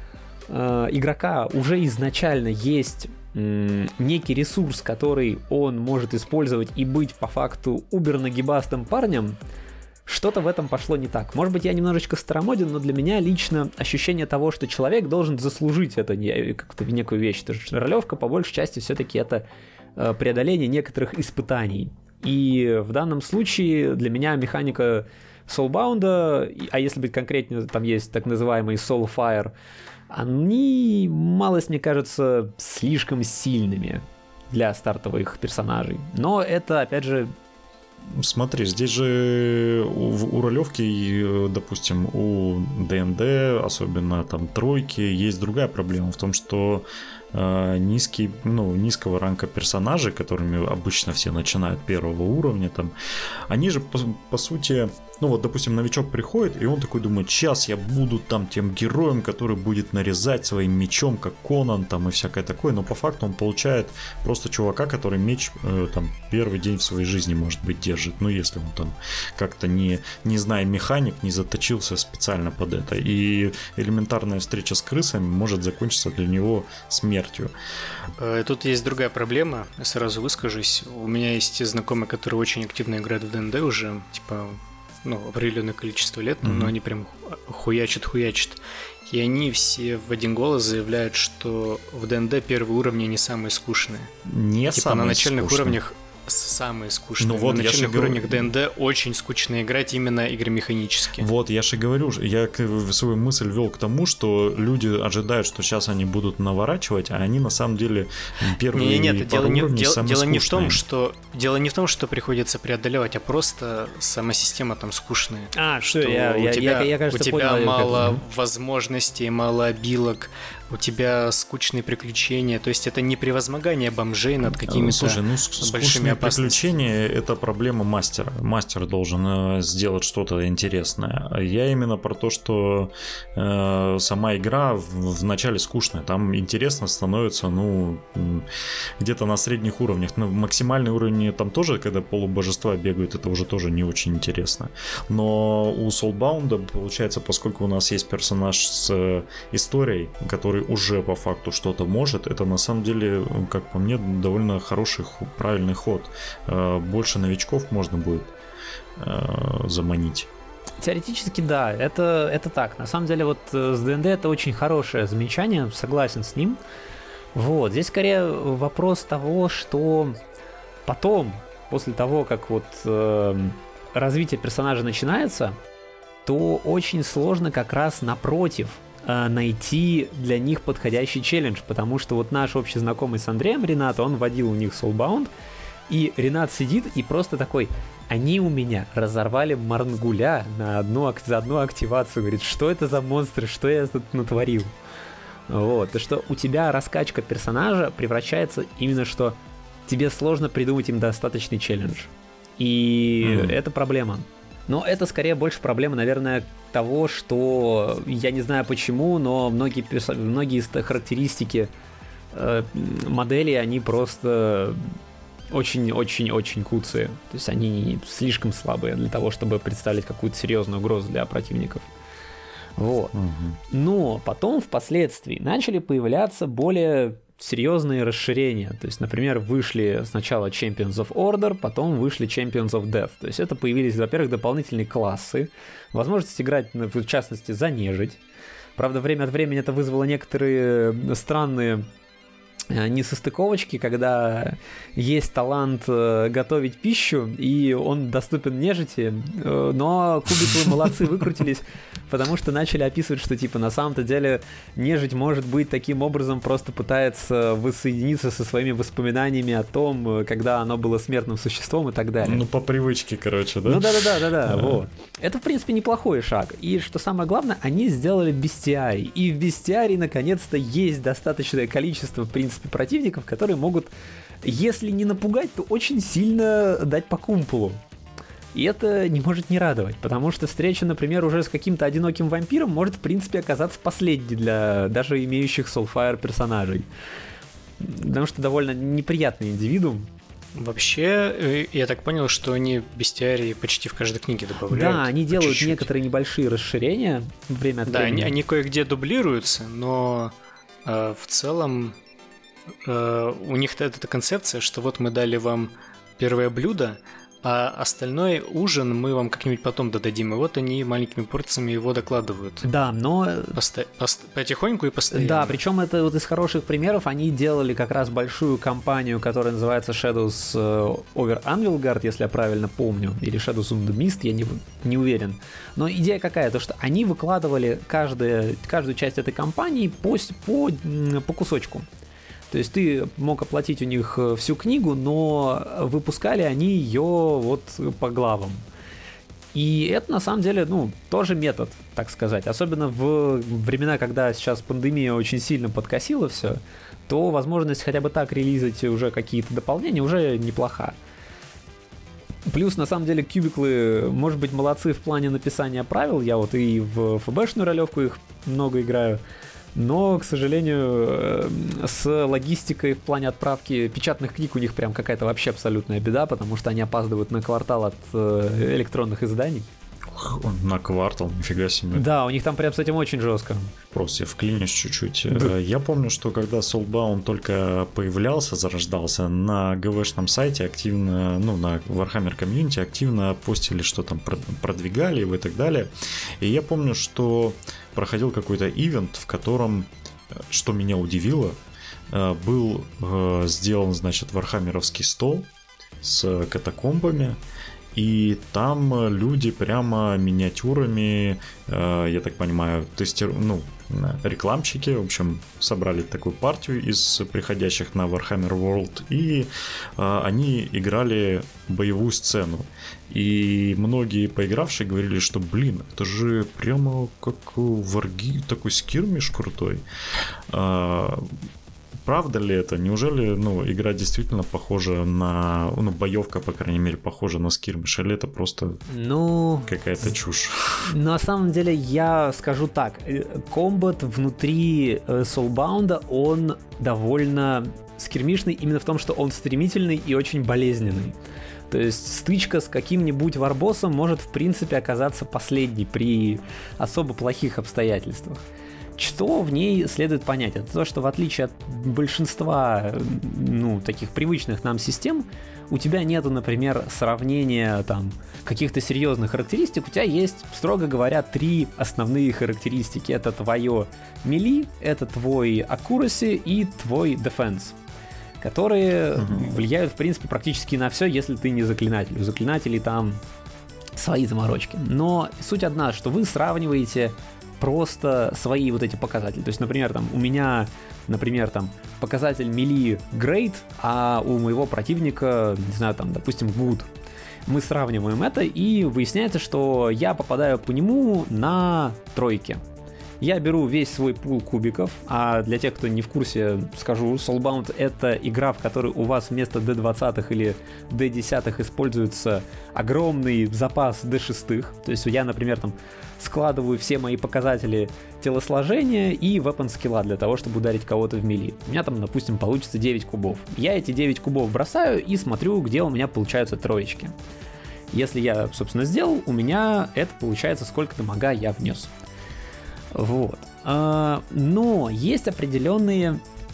игрока уже изначально есть некий ресурс, который он может использовать и быть по факту убер-нагибастым парнем. Что-то в этом пошло не так. Может быть, я немножечко старомоден, но для меня лично ощущение того, что человек должен заслужить это как-то некую вещь. Потому что ролевка, по большей части, все-таки это преодоление некоторых испытаний. И в данном случае для меня механика Soulbound, а если быть конкретнее, там есть так называемый Soulfire, они, малость, мне кажется, слишком сильными для стартовых персонажей. Но это, опять же... Смотри, здесь же у ролевки, допустим, у ДНД, особенно там тройки, есть другая проблема в том, что низкого ранга персонажи, которыми обычно все начинают первого уровня, там, они же по сути, ну вот, допустим, новичок приходит, и он такой думает, сейчас я буду там тем героем, который будет нарезать своим мечом, как Конан, там, и всякое такое, но по факту он получает просто чувака, который меч там первый день в своей жизни, может быть, держит, ну, если он там как-то не зная механик, не заточился специально под это, и элементарная встреча с крысами может закончиться для него смертью. Тут есть другая проблема, я сразу выскажусь. У меня есть знакомые, которые очень активно играют в ДНД уже, типа, определенное количество лет, но они прям хуячат. И они все в один голос заявляют, что в ДНД первые уровни не самые скучные. На начальных уровнях самые скучные. Ну вот, на начальных уровнях ДНД очень скучно играть именно игры механические. Вот, я же говорю, я свою мысль вел к тому, что люди ожидают, что сейчас они будут наворачивать, а они на самом деле первые пару уровней самые скучные. Дело не в том, что приходится преодолевать, а просто сама система там скучная. Что я, кажется, у тебя мало возможностей, мало обилок, у тебя скучные приключения, то есть это не превозмогание бомжей над какими-то большими опасностями. Приключения — это проблема мастера. Мастер должен сделать что-то интересное. Я именно про то, что сама игра в начале скучная. Там интересно становится, где-то на средних уровнях. На максимальные уровни там тоже, когда полубожества бегают, это уже тоже не очень интересно. Но у Soulbound, получается, поскольку у нас есть персонаж с историей, который уже по факту что-то может, это на самом деле, как по мне, довольно хороший, правильный ход. Больше новичков можно будет заманить. Теоретически, да, это так. На самом деле, вот с ДНД это очень хорошее замечание, согласен с ним. Вот, здесь скорее вопрос того, что потом, после того, как вот развитие персонажа начинается, то очень сложно как раз напротив найти для них подходящий челлендж, потому что вот наш общий знакомый с Андреем, Ренат, он вводил у них Soulbound, и Ренат сидит и просто такой: они у меня разорвали Марнгуля за одну активацию, говорит, что это за монстры, что я тут натворил. Вот, то что у тебя раскачка персонажа превращается именно, что тебе сложно придумать им достаточный челлендж, и это проблема. Но это скорее больше проблема, наверное, того, что я не знаю почему, но многие характеристики моделей, они просто очень-очень-очень куцые. То есть они слишком слабые для того, чтобы представить какую-то серьезную угрозу для противников. Вот. Но потом, впоследствии, начали появляться более серьезные расширения. То есть, например, вышли сначала Champions of Order, потом вышли Champions of Death. То есть это появились, во-первых, дополнительные классы, возможность играть, в частности, за нежить. Правда, время от времени это вызвало некоторые странные несостыковочки, когда есть талант готовить пищу, и он доступен нежити, но кубиклы молодцы выкрутились, потому что начали описывать, что типа на самом-то деле нежить может быть таким образом просто пытается воссоединиться со своими воспоминаниями о том, когда оно было смертным существом и так далее. Ну, по привычке, короче, да? Ну да, вот. Это, в принципе, неплохой шаг. И что самое главное, они сделали бестиарий. И в бестиарии, наконец-то, есть достаточное количество, в принципе, противников, которые могут, если не напугать, то очень сильно дать по кумполу. И это не может не радовать, потому что встреча, например, уже с каким-то одиноким вампиром может, в принципе, оказаться последней для даже имеющих Soulfire персонажей. Потому что довольно неприятный индивидуум. Вообще, я так понял, что они бестиарии почти в каждой книге добавляют. Да, они делают некоторые небольшие расширения время от времени. Да, они кое-где дублируются, но в целом у них эта концепция, что вот мы дали вам первое блюдо, а остальной ужин мы вам как-нибудь потом додадим. И вот они маленькими порциями его докладывают. Да, но... Потихоньку и постоянно. Да, причем это вот из хороших примеров. Они делали как раз большую кампанию, которая называется Shadows over Anvilgard, если я правильно помню, или Shadows on the Mist, я не уверен. Но идея какая? То, что они выкладывали каждую часть этой кампании по кусочку. То есть ты мог оплатить у них всю книгу, но выпускали они ее вот по главам. И это на самом деле, тоже метод, так сказать. Особенно в времена, когда сейчас пандемия очень сильно подкосила все, то возможность хотя бы так релизить уже какие-то дополнения уже неплоха. Плюс, на самом деле, кубиклы, может быть, молодцы в плане написания правил. Я вот и в ФБшную ролевку их много играю. Но, к сожалению, с логистикой в плане отправки печатных книг у них прям какая-то вообще абсолютная беда, потому что они опаздывают на квартал от электронных изданий. На квартал, нифига себе. Да, у них там прям с этим очень жестко. Просто я вклинюсь чуть-чуть. Да. Я помню, что когда Soulbound только появлялся, зарождался, на ГВшном сайте активно, на Warhammer Community активно постили, что там продвигали его и так далее. И я помню, что проходил какой-то ивент, в котором, что меня удивило, был сделан, вархаммеровский стол с катакомбами, и там люди прямо миниатюрами, я так понимаю, рекламщики, в общем, собрали такую партию из приходящих на Warhammer World, и они играли боевую сцену. И многие поигравшие говорили, что, это же прямо как варги, такой скирмиш крутой. Правда ли это? Неужели, игра действительно похожа на... боевка, по крайней мере, похожа на скирмиш? Или это просто какая-то чушь? На самом деле, я скажу так. Комбат внутри Soulbound, он довольно скирмишный именно в том, что он стремительный и очень болезненный. То есть стычка с каким-нибудь варбоссом может, в принципе, оказаться последней при особо плохих обстоятельствах. Что в ней следует понять? Это то, что в отличие от большинства, таких привычных нам систем, у тебя нету, например, сравнения каких-то серьезных характеристик, у тебя есть, строго говоря, 3 основные характеристики. Это твое мили, это твой accuracy и твой defense, которые влияют, в принципе, практически на все, если ты не заклинатель. У заклинателей там свои заморочки. Но суть одна, что вы сравниваете просто свои вот эти показатели. То есть, например, у меня, показатель мили great, а у моего противника, допустим, good. Мы сравниваем это, и выясняется, что я попадаю по нему на 3. Я беру весь свой пул кубиков, а для тех, кто не в курсе, скажу, Soulbound — это игра, в которой у вас вместо D20 или D10 используется огромный запас D6. То есть я, например, складываю все мои показатели телосложения и weapon скилла для того, чтобы ударить кого-то в мили. У меня допустим, получится 9 кубов. Я эти 9 кубов бросаю и смотрю, где у меня получаются 3. Если я, собственно, сделал, у меня это получается, сколько дамага я внес. Вот. Но есть определенные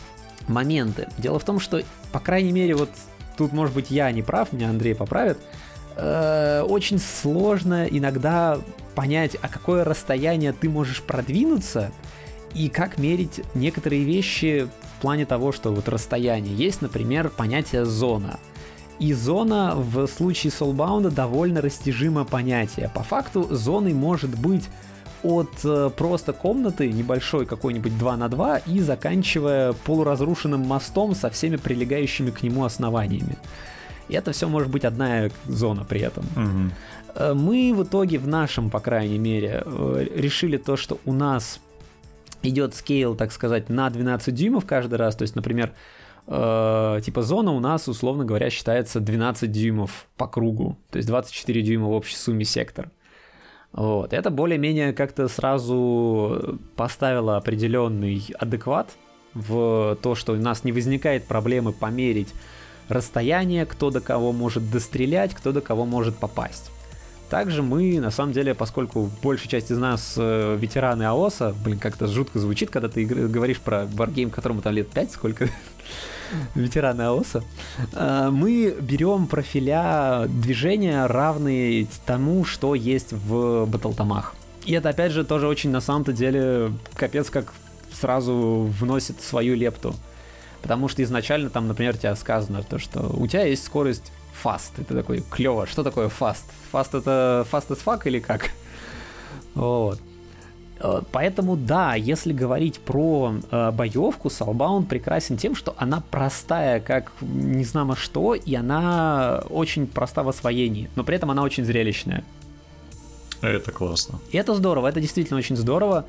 моменты. Дело в том, что, по крайней мере, вот тут, может быть, я не прав, меня Андрей поправит, очень сложно иногда понять, а какое расстояние ты можешь продвинуться и как мерить некоторые вещи в плане того, что вот расстояние. Есть, например, понятие зона. И зона в случае Soulbound довольно растяжимое понятие. По факту зоной может быть от просто комнаты небольшой какой-нибудь 2х2 и заканчивая полуразрушенным мостом со всеми прилегающими к нему основаниями. И это все может быть одна зона при этом. Угу. Мы в итоге в нашем, по крайней мере, решили то, что у нас идет скейл, так сказать, на 12 дюймов каждый раз. То есть, например, типа зона у нас, условно говоря, считается 12 дюймов по кругу. То есть 24 дюйма в общей сумме сектор. Вот. Это более-менее как-то сразу поставило определенный адекват в то, что у нас не возникает проблемы померить расстояние, кто до кого может дострелять, кто до кого может попасть. Также мы, на самом деле, поскольку большая часть из нас ветераны АОСа, как-то жутко звучит, когда ты говоришь про варгейм, которому там лет 5, сколько ветераны АОСа, мы берем профиля движения, равные тому, что есть в батлтомах. И это, опять же, тоже очень, на самом-то деле, капец как сразу вносит свою лепту. Потому что изначально там, например, тебе сказано, то, что у тебя есть скорость fast. Это такой клево. Что такое fast? Fast это fast as fuck или как? Вот. Поэтому да, если говорить про боевку, Soulbound прекрасен тем, что она простая, как не знамо что, и она очень проста в освоении, но при этом она очень зрелищная. Это классно. И это здорово, это действительно очень здорово.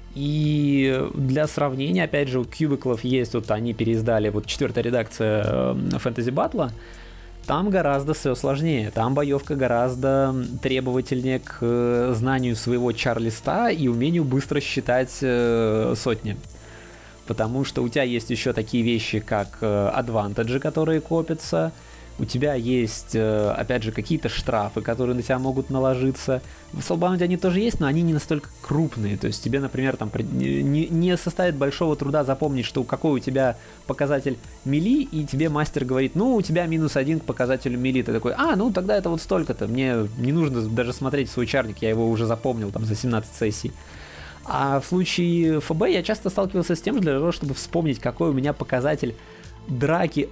И для сравнения, опять же, у Кьюбиклов есть, вот они переиздали, вот 4-я редакция Fantasy Battle, там гораздо все сложнее, там боевка гораздо требовательнее к знанию своего чар-листа и умению быстро считать сотни. Потому что у тебя есть еще такие вещи, как адвантаджи, которые копятся, у тебя есть, опять же, какие-то штрафы, которые на тебя могут наложиться. В Soulbound они тоже есть, но они не настолько крупные. То есть тебе, например, там не составит большого труда запомнить, что какой у тебя показатель мили, и тебе мастер говорит, ну, у тебя -1 к показателю мили. Ты такой, ну, тогда это вот столько-то. Мне не нужно даже смотреть свой чарник, я его уже запомнил там за 17 сессий. А в случае ФБ я часто сталкивался с тем, для того, чтобы вспомнить, какой у меня показатель драки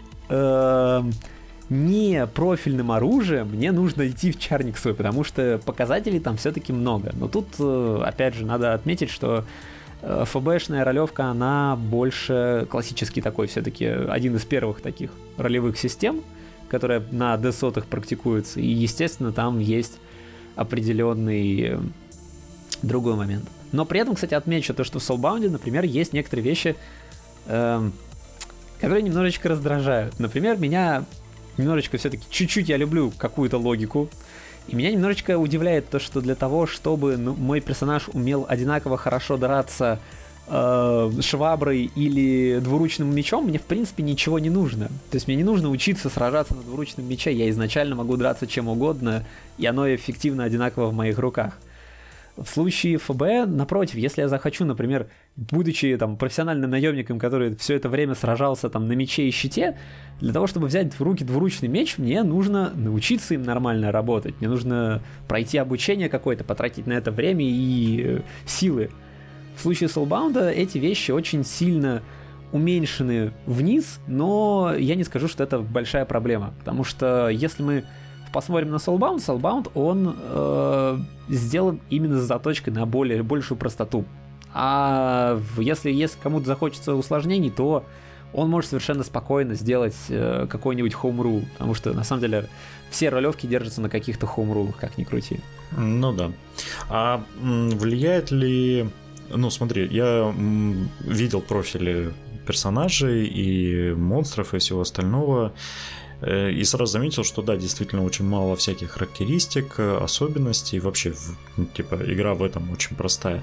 не профильным оружием, мне нужно идти в чарник свой, потому что показателей там все-таки много. Но тут, опять же, надо отметить, что ФБшная ролевка, она больше классический такой, все-таки один из первых таких ролевых систем, которая на D100 практикуется, и, естественно, там есть определенный другой момент. Но при этом, кстати, отмечу то, что в Soulbound, например, есть некоторые вещи, которые немножечко раздражают. Например, меня немножечко все-таки чуть-чуть я люблю какую-то логику. И меня немножечко удивляет то, что для того, чтобы мой персонаж умел одинаково хорошо драться шваброй или двуручным мечом, мне в принципе ничего не нужно. То есть мне не нужно учиться сражаться на двуручном мече. Я изначально могу драться чем угодно, и оно эффективно одинаково в моих руках. В случае ФБ, напротив, если я захочу, например, будучи там профессиональным наемником, который все это время сражался там на мече и щите, для того, чтобы взять в руки двуручный меч, мне нужно научиться им нормально работать, мне нужно пройти обучение какое-то, потратить на это время и силы. В случае Soulbound эти вещи очень сильно уменьшены вниз, но я не скажу, что это большая проблема, потому что если мы посмотрим на Soulbound, он сделан именно с заточкой на большую простоту. А если кому-то захочется усложнений, то он может совершенно спокойно сделать какой-нибудь хоум-рул, потому что, на самом деле, все ролевки держатся на каких-то хоум-рулах, как ни крути. Ну да. А влияет ли... Ну смотри, я видел профили персонажей и монстров и всего остального, и сразу заметил, что да, действительно очень мало всяких характеристик, особенностей, вообще, типа, игра в этом очень простая.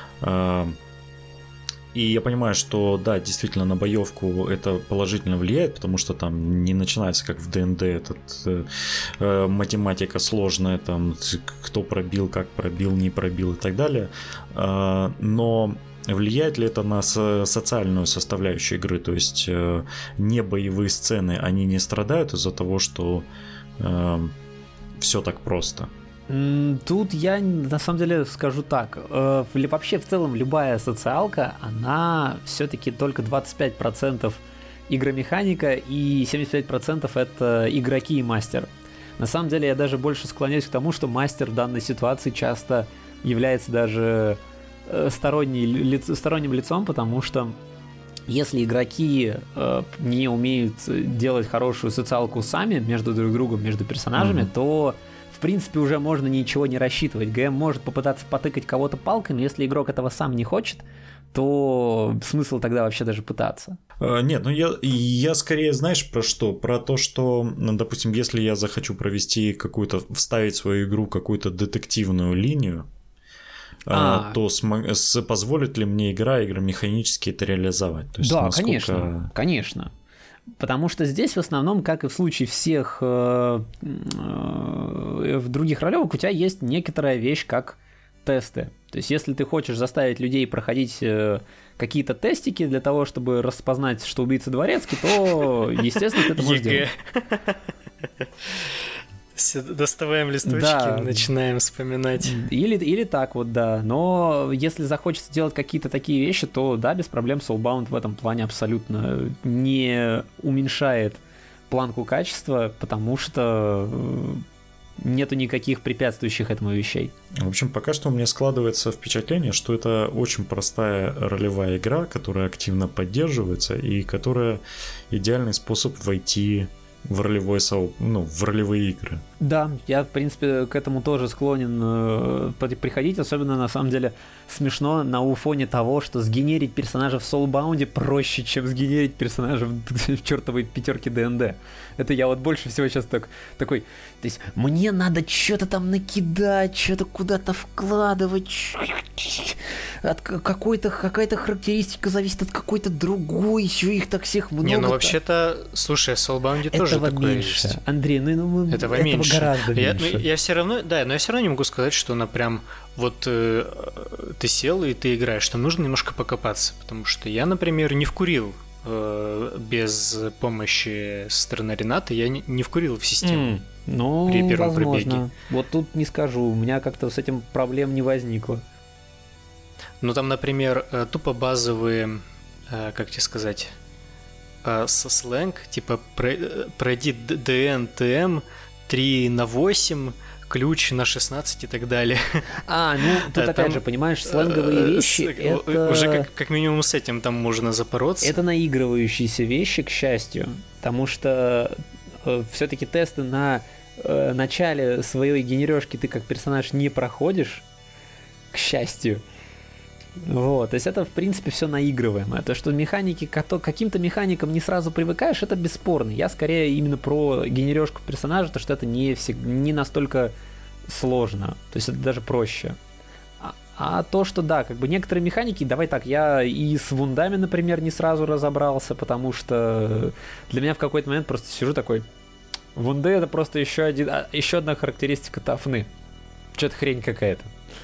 И я понимаю, что да, действительно на боевку это положительно влияет, потому что там не начинается как в ДНД, математика сложная, там кто пробил, как пробил, не пробил и так далее. Но влияет ли это на социальную составляющую игры? То есть не боевые сцены, они не страдают из-за того, что все так просто? Тут я на самом деле скажу так. Вообще в целом любая социалка, она все-таки только 25% игромеханика и 75% это игроки и мастер. На самом деле я даже больше склоняюсь к тому, что мастер в данной ситуации часто является даже сторонним лицом, потому что если игроки не умеют делать хорошую социалку сами между друг другом, между персонажами, то в принципе уже можно ничего не рассчитывать. ГМ может попытаться потыкать кого-то палками, если игрок этого сам не хочет, то смысл тогда вообще даже пытаться. Нет, ну я скорее, знаешь, про что? Про то, что, допустим, если я захочу вставить в свою игру какую-то детективную линию, то позволит ли мне игромеханически это реализовать? То есть, да, конечно. Потому что здесь в основном, как и в случае всех в других ролевок, у тебя есть некоторая вещь, как тесты. То есть, если ты хочешь заставить людей проходить какие-то тестики для того, чтобы распознать, что убийца дворецкий, то, естественно, ты это можешь делать. Доставаем листочки, начинаем вспоминать. Или так вот, да. Но если захочется делать какие-то такие вещи, то да, без проблем Soulbound в этом плане абсолютно не уменьшает планку качества, потому что нету никаких препятствующих этому вещей. В общем, пока что у меня складывается впечатление, что это очень простая ролевая игра, которая активно поддерживается и которая идеальный способ войти в ролевые игры. Да, я, в принципе, к этому тоже склонен приходить, особенно, на самом деле, смешно на фоне того, что сгенерить персонажа в Soulbound проще, чем сгенерить персонажа в чертовой пятерке ДНД. Это я вот больше всего сейчас такой, то есть мне надо что-то там накидать, что-то куда-то вкладывать, какая-то характеристика зависит от какой-то другой, еще их так всех много. Не, ну вообще-то, слушай, в Soulbound тоже такое меньше. есть. Андрей, этого меньше. Гораздо меньше. Я все равно, но я все равно не могу сказать, что она прям вот ты сел и ты играешь, там нужно немножко покопаться, потому что я, например, не вкурил без помощи со стороны Рената, я не вкурил в систему. Ну, при первом пробеге. Вот тут не скажу, у меня как-то с этим проблем не возникло. Ну там, например, тупо базовые, как тебе сказать, со сленг, типа пройди ДН, ТМ 3/8, ключ на 16 и так далее. Тут опять же, понимаешь, сленговые вещи, это... Уже как минимум с этим там можно запороться. Это наигрывающиеся вещи, к счастью, потому что все-таки тесты на начале своей генерёшки ты как персонаж не проходишь, к счастью. Вот, то есть это, в принципе, все наигрываемое. То, что механики, каким-то механикам не сразу привыкаешь, это бесспорно. Я скорее именно про генерёшку персонажа, то, что это не настолько сложно. То есть это даже проще. А то, что да, как бы некоторые механики, давай так, я и с вундами, например, не сразу разобрался, потому что для меня в какой-то момент просто сижу такой, вунды это просто еще одна характеристика тафны. Что-то хрень какая-то.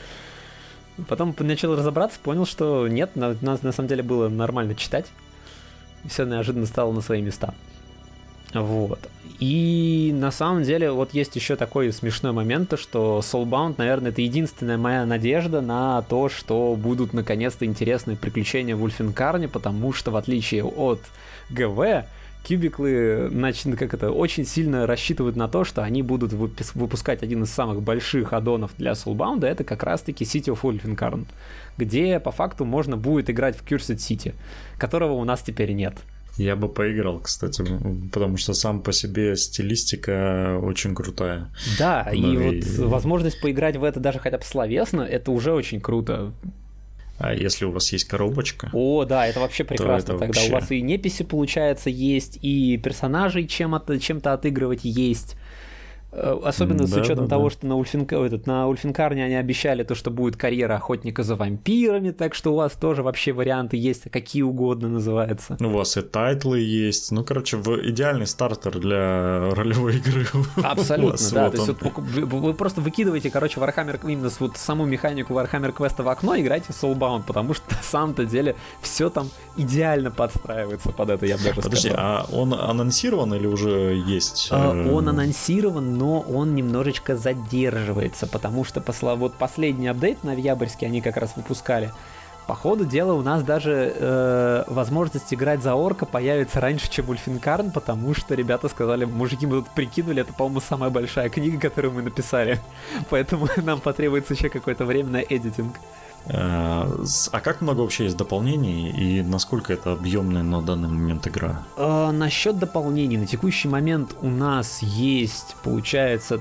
Потом начал разобраться, понял, что нет, нас на самом деле было нормально читать. Все неожиданно стало на свои места. Вот. И на самом деле вот есть еще такой смешной момент, что Soulbound, наверное, это единственная моя надежда на то, что будут наконец-то интересные приключения в Ульфенкарне, потому что в отличие от ГВ, Кубиклы очень сильно рассчитывают на то, что они будут выпускать один из самых больших аддонов для Soulbound, это как раз-таки City of Ulfenkarn, где по факту можно будет играть в Cursed City, которого у нас теперь нет. Я бы поиграл, кстати, потому что сам по себе стилистика очень крутая. Да, и вот возможность поиграть в это даже хотя бы словесно, это уже очень круто. А если у вас есть коробочка? О, да, это вообще прекрасно. Тогда вообще... у вас и неписи, получается, есть, и персонажей чем-то отыгрывать есть. Особенно с учетом того, что на Ульфенкарне они обещали то, что будет карьера охотника за вампирами, так что у вас тоже вообще варианты есть, какие угодно называется. У вас и тайтлы есть. Ну, короче, идеальный стартер для ролевой игры. Абсолютно, да. То есть вы просто выкидываете, короче, Warhammer, именно вот саму механику Warhammer Quest в окно, играйте в Soulbound, потому что на самом-то деле все там идеально подстраивается под это, я бы даже сказал. Подожди, а он анонсирован или уже есть? Он анонсирован, но он немножечко задерживается, потому что вот последний апдейт ноябрьский они как раз выпускали. По ходу дела у нас даже возможность играть за орка появится раньше, чем Ульфенкарн, потому что ребята сказали, мужики, мы тут прикинули, это, по-моему, самая большая книга, которую мы написали, поэтому нам потребуется еще какое-то время на эдитинг. А как много вообще есть дополнений и насколько это объемная на данный момент игра? Насчет дополнений, на текущий момент у нас есть, получается,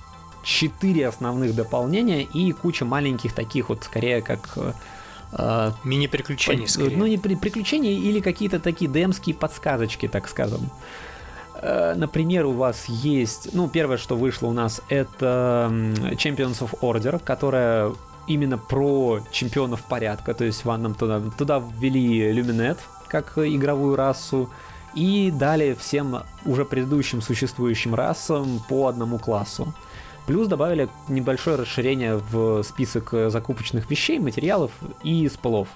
4 основных дополнения и куча маленьких таких вот, скорее, как... мини-приключений, скорее. Ну, не приключения или какие-то такие демские подсказочки, так скажем. Например, у вас есть... Ну, первое, что вышло у нас, это Champions of Order, которая... именно про чемпионов порядка, то есть нам туда ввели Люминет как игровую расу и дали всем уже предыдущим существующим расам по одному классу. Плюс добавили небольшое расширение в список закупочных вещей, материалов и спелов.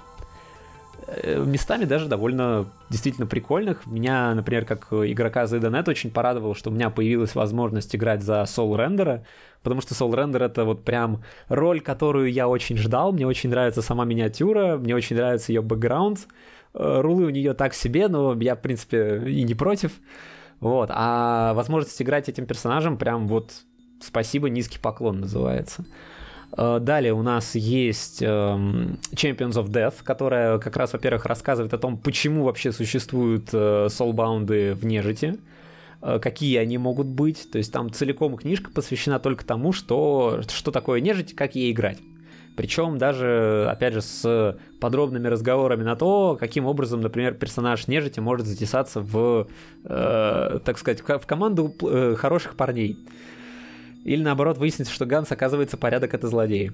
Местами даже довольно действительно прикольных. Меня, например, как игрока ZDNet очень порадовало, что у меня появилась возможность играть за Soul Render, потому что Soul Render — это вот прям роль, которую я очень ждал. Мне очень нравится сама миниатюра, мне очень нравится ее бэкграунд. Рулы у нее так себе, но я, в принципе, и не против. Вот. А возможность играть этим персонажем прям вот спасибо, низкий поклон называется. Далее у нас есть Champions of Death, которая как раз, во-первых, рассказывает о том, почему вообще существуют soulbound в нежити, какие они могут быть. То есть там целиком книжка посвящена только тому, что такое нежить, как ей играть. Причем даже, опять же, с подробными разговорами на то, каким образом, например, персонаж нежити может затесаться в, так сказать, в команду хороших парней. Или наоборот выяснится, что Ганс, оказывается, порядок — это злодеи.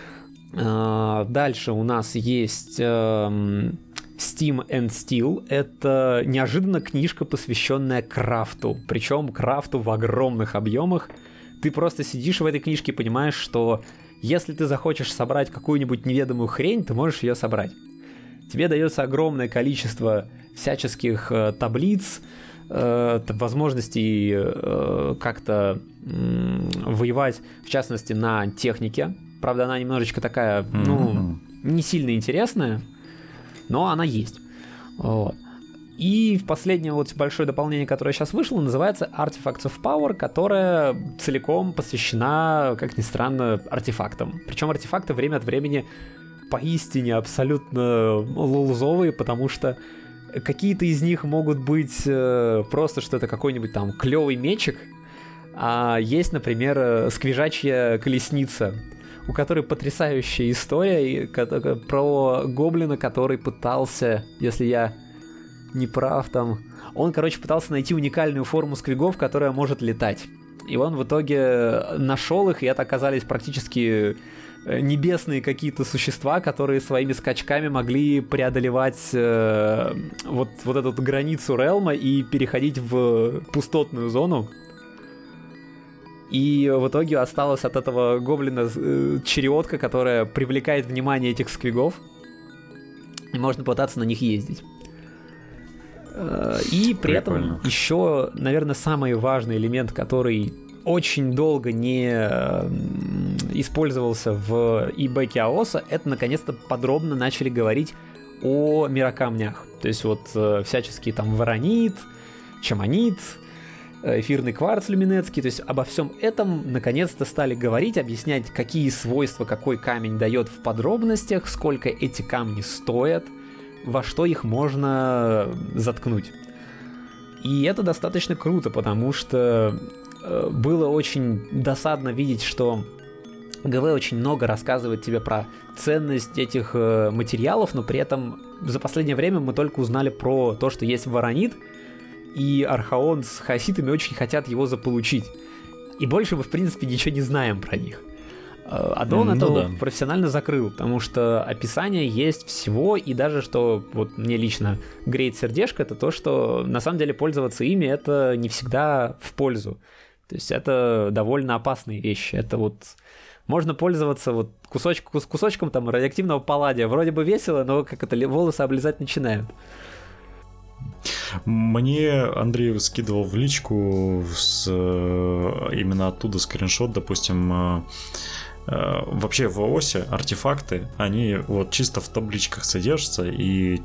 Дальше у нас есть Steam and Steel. Это неожиданно книжка, посвященная крафту. Причем крафту в огромных объемах. Ты просто сидишь в этой книжке и понимаешь, что если ты захочешь собрать какую-нибудь неведомую хрень, ты можешь ее собрать. Тебе дается огромное количество всяческих таблиц, возможностей как-то воевать, в частности, на технике. Правда, она немножечко такая, не сильно интересная, но она есть. Вот. И последнее вот большое дополнение, которое сейчас вышло, называется Artifacts of Power, которое целиком посвящена, как ни странно, артефактам. Причем артефакты время от времени поистине абсолютно лулзовые, потому что какие-то из них могут быть просто, что это какой-нибудь там клевый мечик, а есть, например, сквижачья колесница, у которой потрясающая история про гоблина, который пытался, если я не прав, там, он, короче, пытался найти уникальную форму сквигов, которая может летать. И он в итоге нашел их, и это оказались практически небесные какие-то существа, которые своими скачками могли преодолевать вот эту вот границу Релма и переходить в пустотную зону. И в итоге осталась от этого гоблина чередка, которая привлекает внимание этих сквигов, и можно пытаться на них ездить. И при этом еще, наверное, самый важный элемент, который очень долго не использовался в eBay Аоса, это наконец-то подробно начали говорить о мирокамнях. То есть вот всяческие там воронит, чамонит, эфирный кварц люминецкий, то есть обо всем этом наконец-то стали говорить, объяснять, какие свойства какой камень дает в подробностях, сколько эти камни стоят, во что их можно заткнуть. И это достаточно круто, потому что было очень досадно видеть, что ГВ очень много рассказывает тебе про ценность этих материалов, но при этом за последнее время мы только узнали про то, что есть воронит, и Архаон с хаоситами очень хотят его заполучить. И больше мы, в принципе, ничего не знаем про них. Аддон это профессионально закрыл, потому что описание есть всего, и даже что вот мне лично греет сердечко, это то, что на самом деле пользоваться ими это не всегда в пользу. То есть это довольно опасные вещи. Это вот можно пользоваться вот кусочком там радиоактивного палладия. Вроде бы весело, но как это волосы облизать начинают. Мне Андрей скидывал в личку именно оттуда скриншот, допустим, вообще в ООСе артефакты, они вот чисто в табличках содержатся, и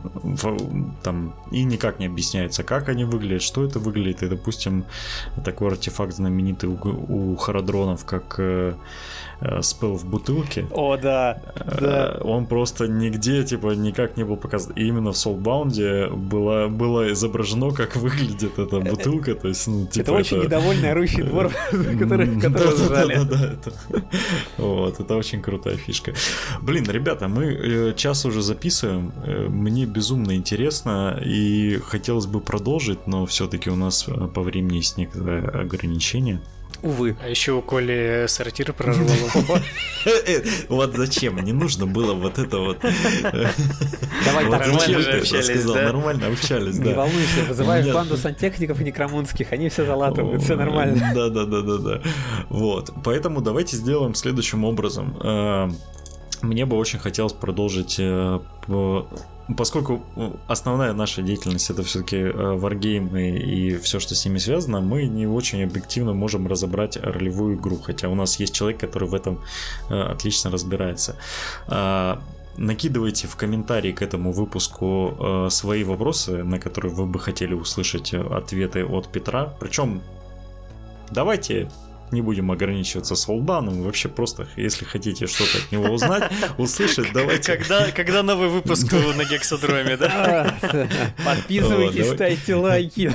там и никак не объясняется, как они выглядят, что это выглядит. И, допустим, такой артефакт знаменитый у Харадронов, как спел в бутылке. О, да, да. Он просто нигде, типа, никак не был показан. И именно в Soulbound было изображено, как выглядит эта бутылка. То есть, ну, типа, это очень недовольный орущий двор, который зажали. Да. Вот, это очень крутая фишка. Блин, ребята, мы час уже записываем. Мне безумно интересно, и хотелось бы продолжить, но все-таки у нас по времени есть некоторое ограничение. Увы. А еще у Коли сортир прорвало. Вот зачем? Не нужно было вот это вот. Давай так, нормально же общались, да? Нормально общались, да. Не волнуйся, вызываешь банду сантехников и некромунских, они все залатывают, все нормально. Да. Вот, поэтому давайте сделаем следующим образом. Мне бы очень хотелось продолжить, поскольку основная наша деятельность это все-таки варгеймы и все, что с ними связано, мы не очень объективно можем разобрать ролевую игру, хотя у нас есть человек, который в этом отлично разбирается. Накидывайте в комментарии к этому выпуску свои вопросы, на которые вы бы хотели услышать ответы от Петра. Причем давайте не будем ограничиваться Soulbound, вообще просто, если хотите что-то от него узнать, услышать, давайте. Когда новый выпуск на Гексадроме, да? Подписывайтесь, ставьте лайки.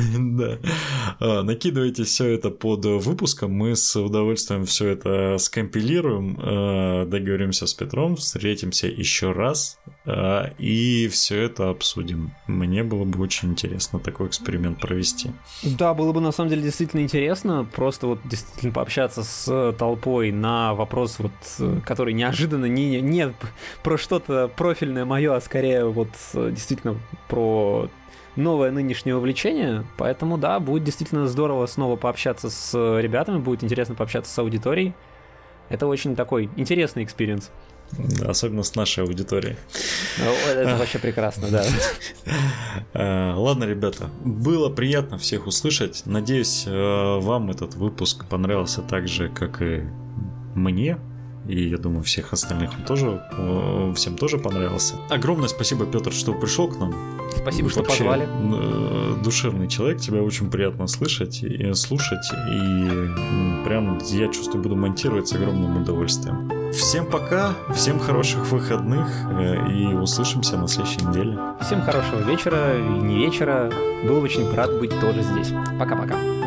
Да. Накидывайте все это под выпуском, мы с удовольствием все это скомпилируем, договоримся с Петром, встретимся еще раз и все это обсудим. Мне было бы очень интересно такой эксперимент провести. Да, было бы на самом деле действительно интересно, просто вот действительно пообщаться с толпой на вопрос, вот, который неожиданно не про что-то профильное мое, а скорее вот действительно про новое нынешнее увлечение. Поэтому да, будет действительно здорово снова пообщаться с ребятами, будет интересно пообщаться с аудиторией. Это очень такой интересный экспириенс. Да, особенно с нашей аудиторией. Это вообще прекрасно, да. Ладно, ребята, было приятно всех услышать. Надеюсь, вам этот выпуск понравился так же, как и мне. И я думаю, всех остальных он всем тоже понравился. Огромное спасибо, Петр, что пришел к нам. Спасибо, что позвали. Душевный человек, тебя очень приятно слышать и слушать. И прям я чувствую, буду монтировать с огромным удовольствием. Всем пока, всем хороших выходных и услышимся на следующей неделе. Всем хорошего вечера и не вечера. Был очень рад быть тоже здесь. Пока-пока.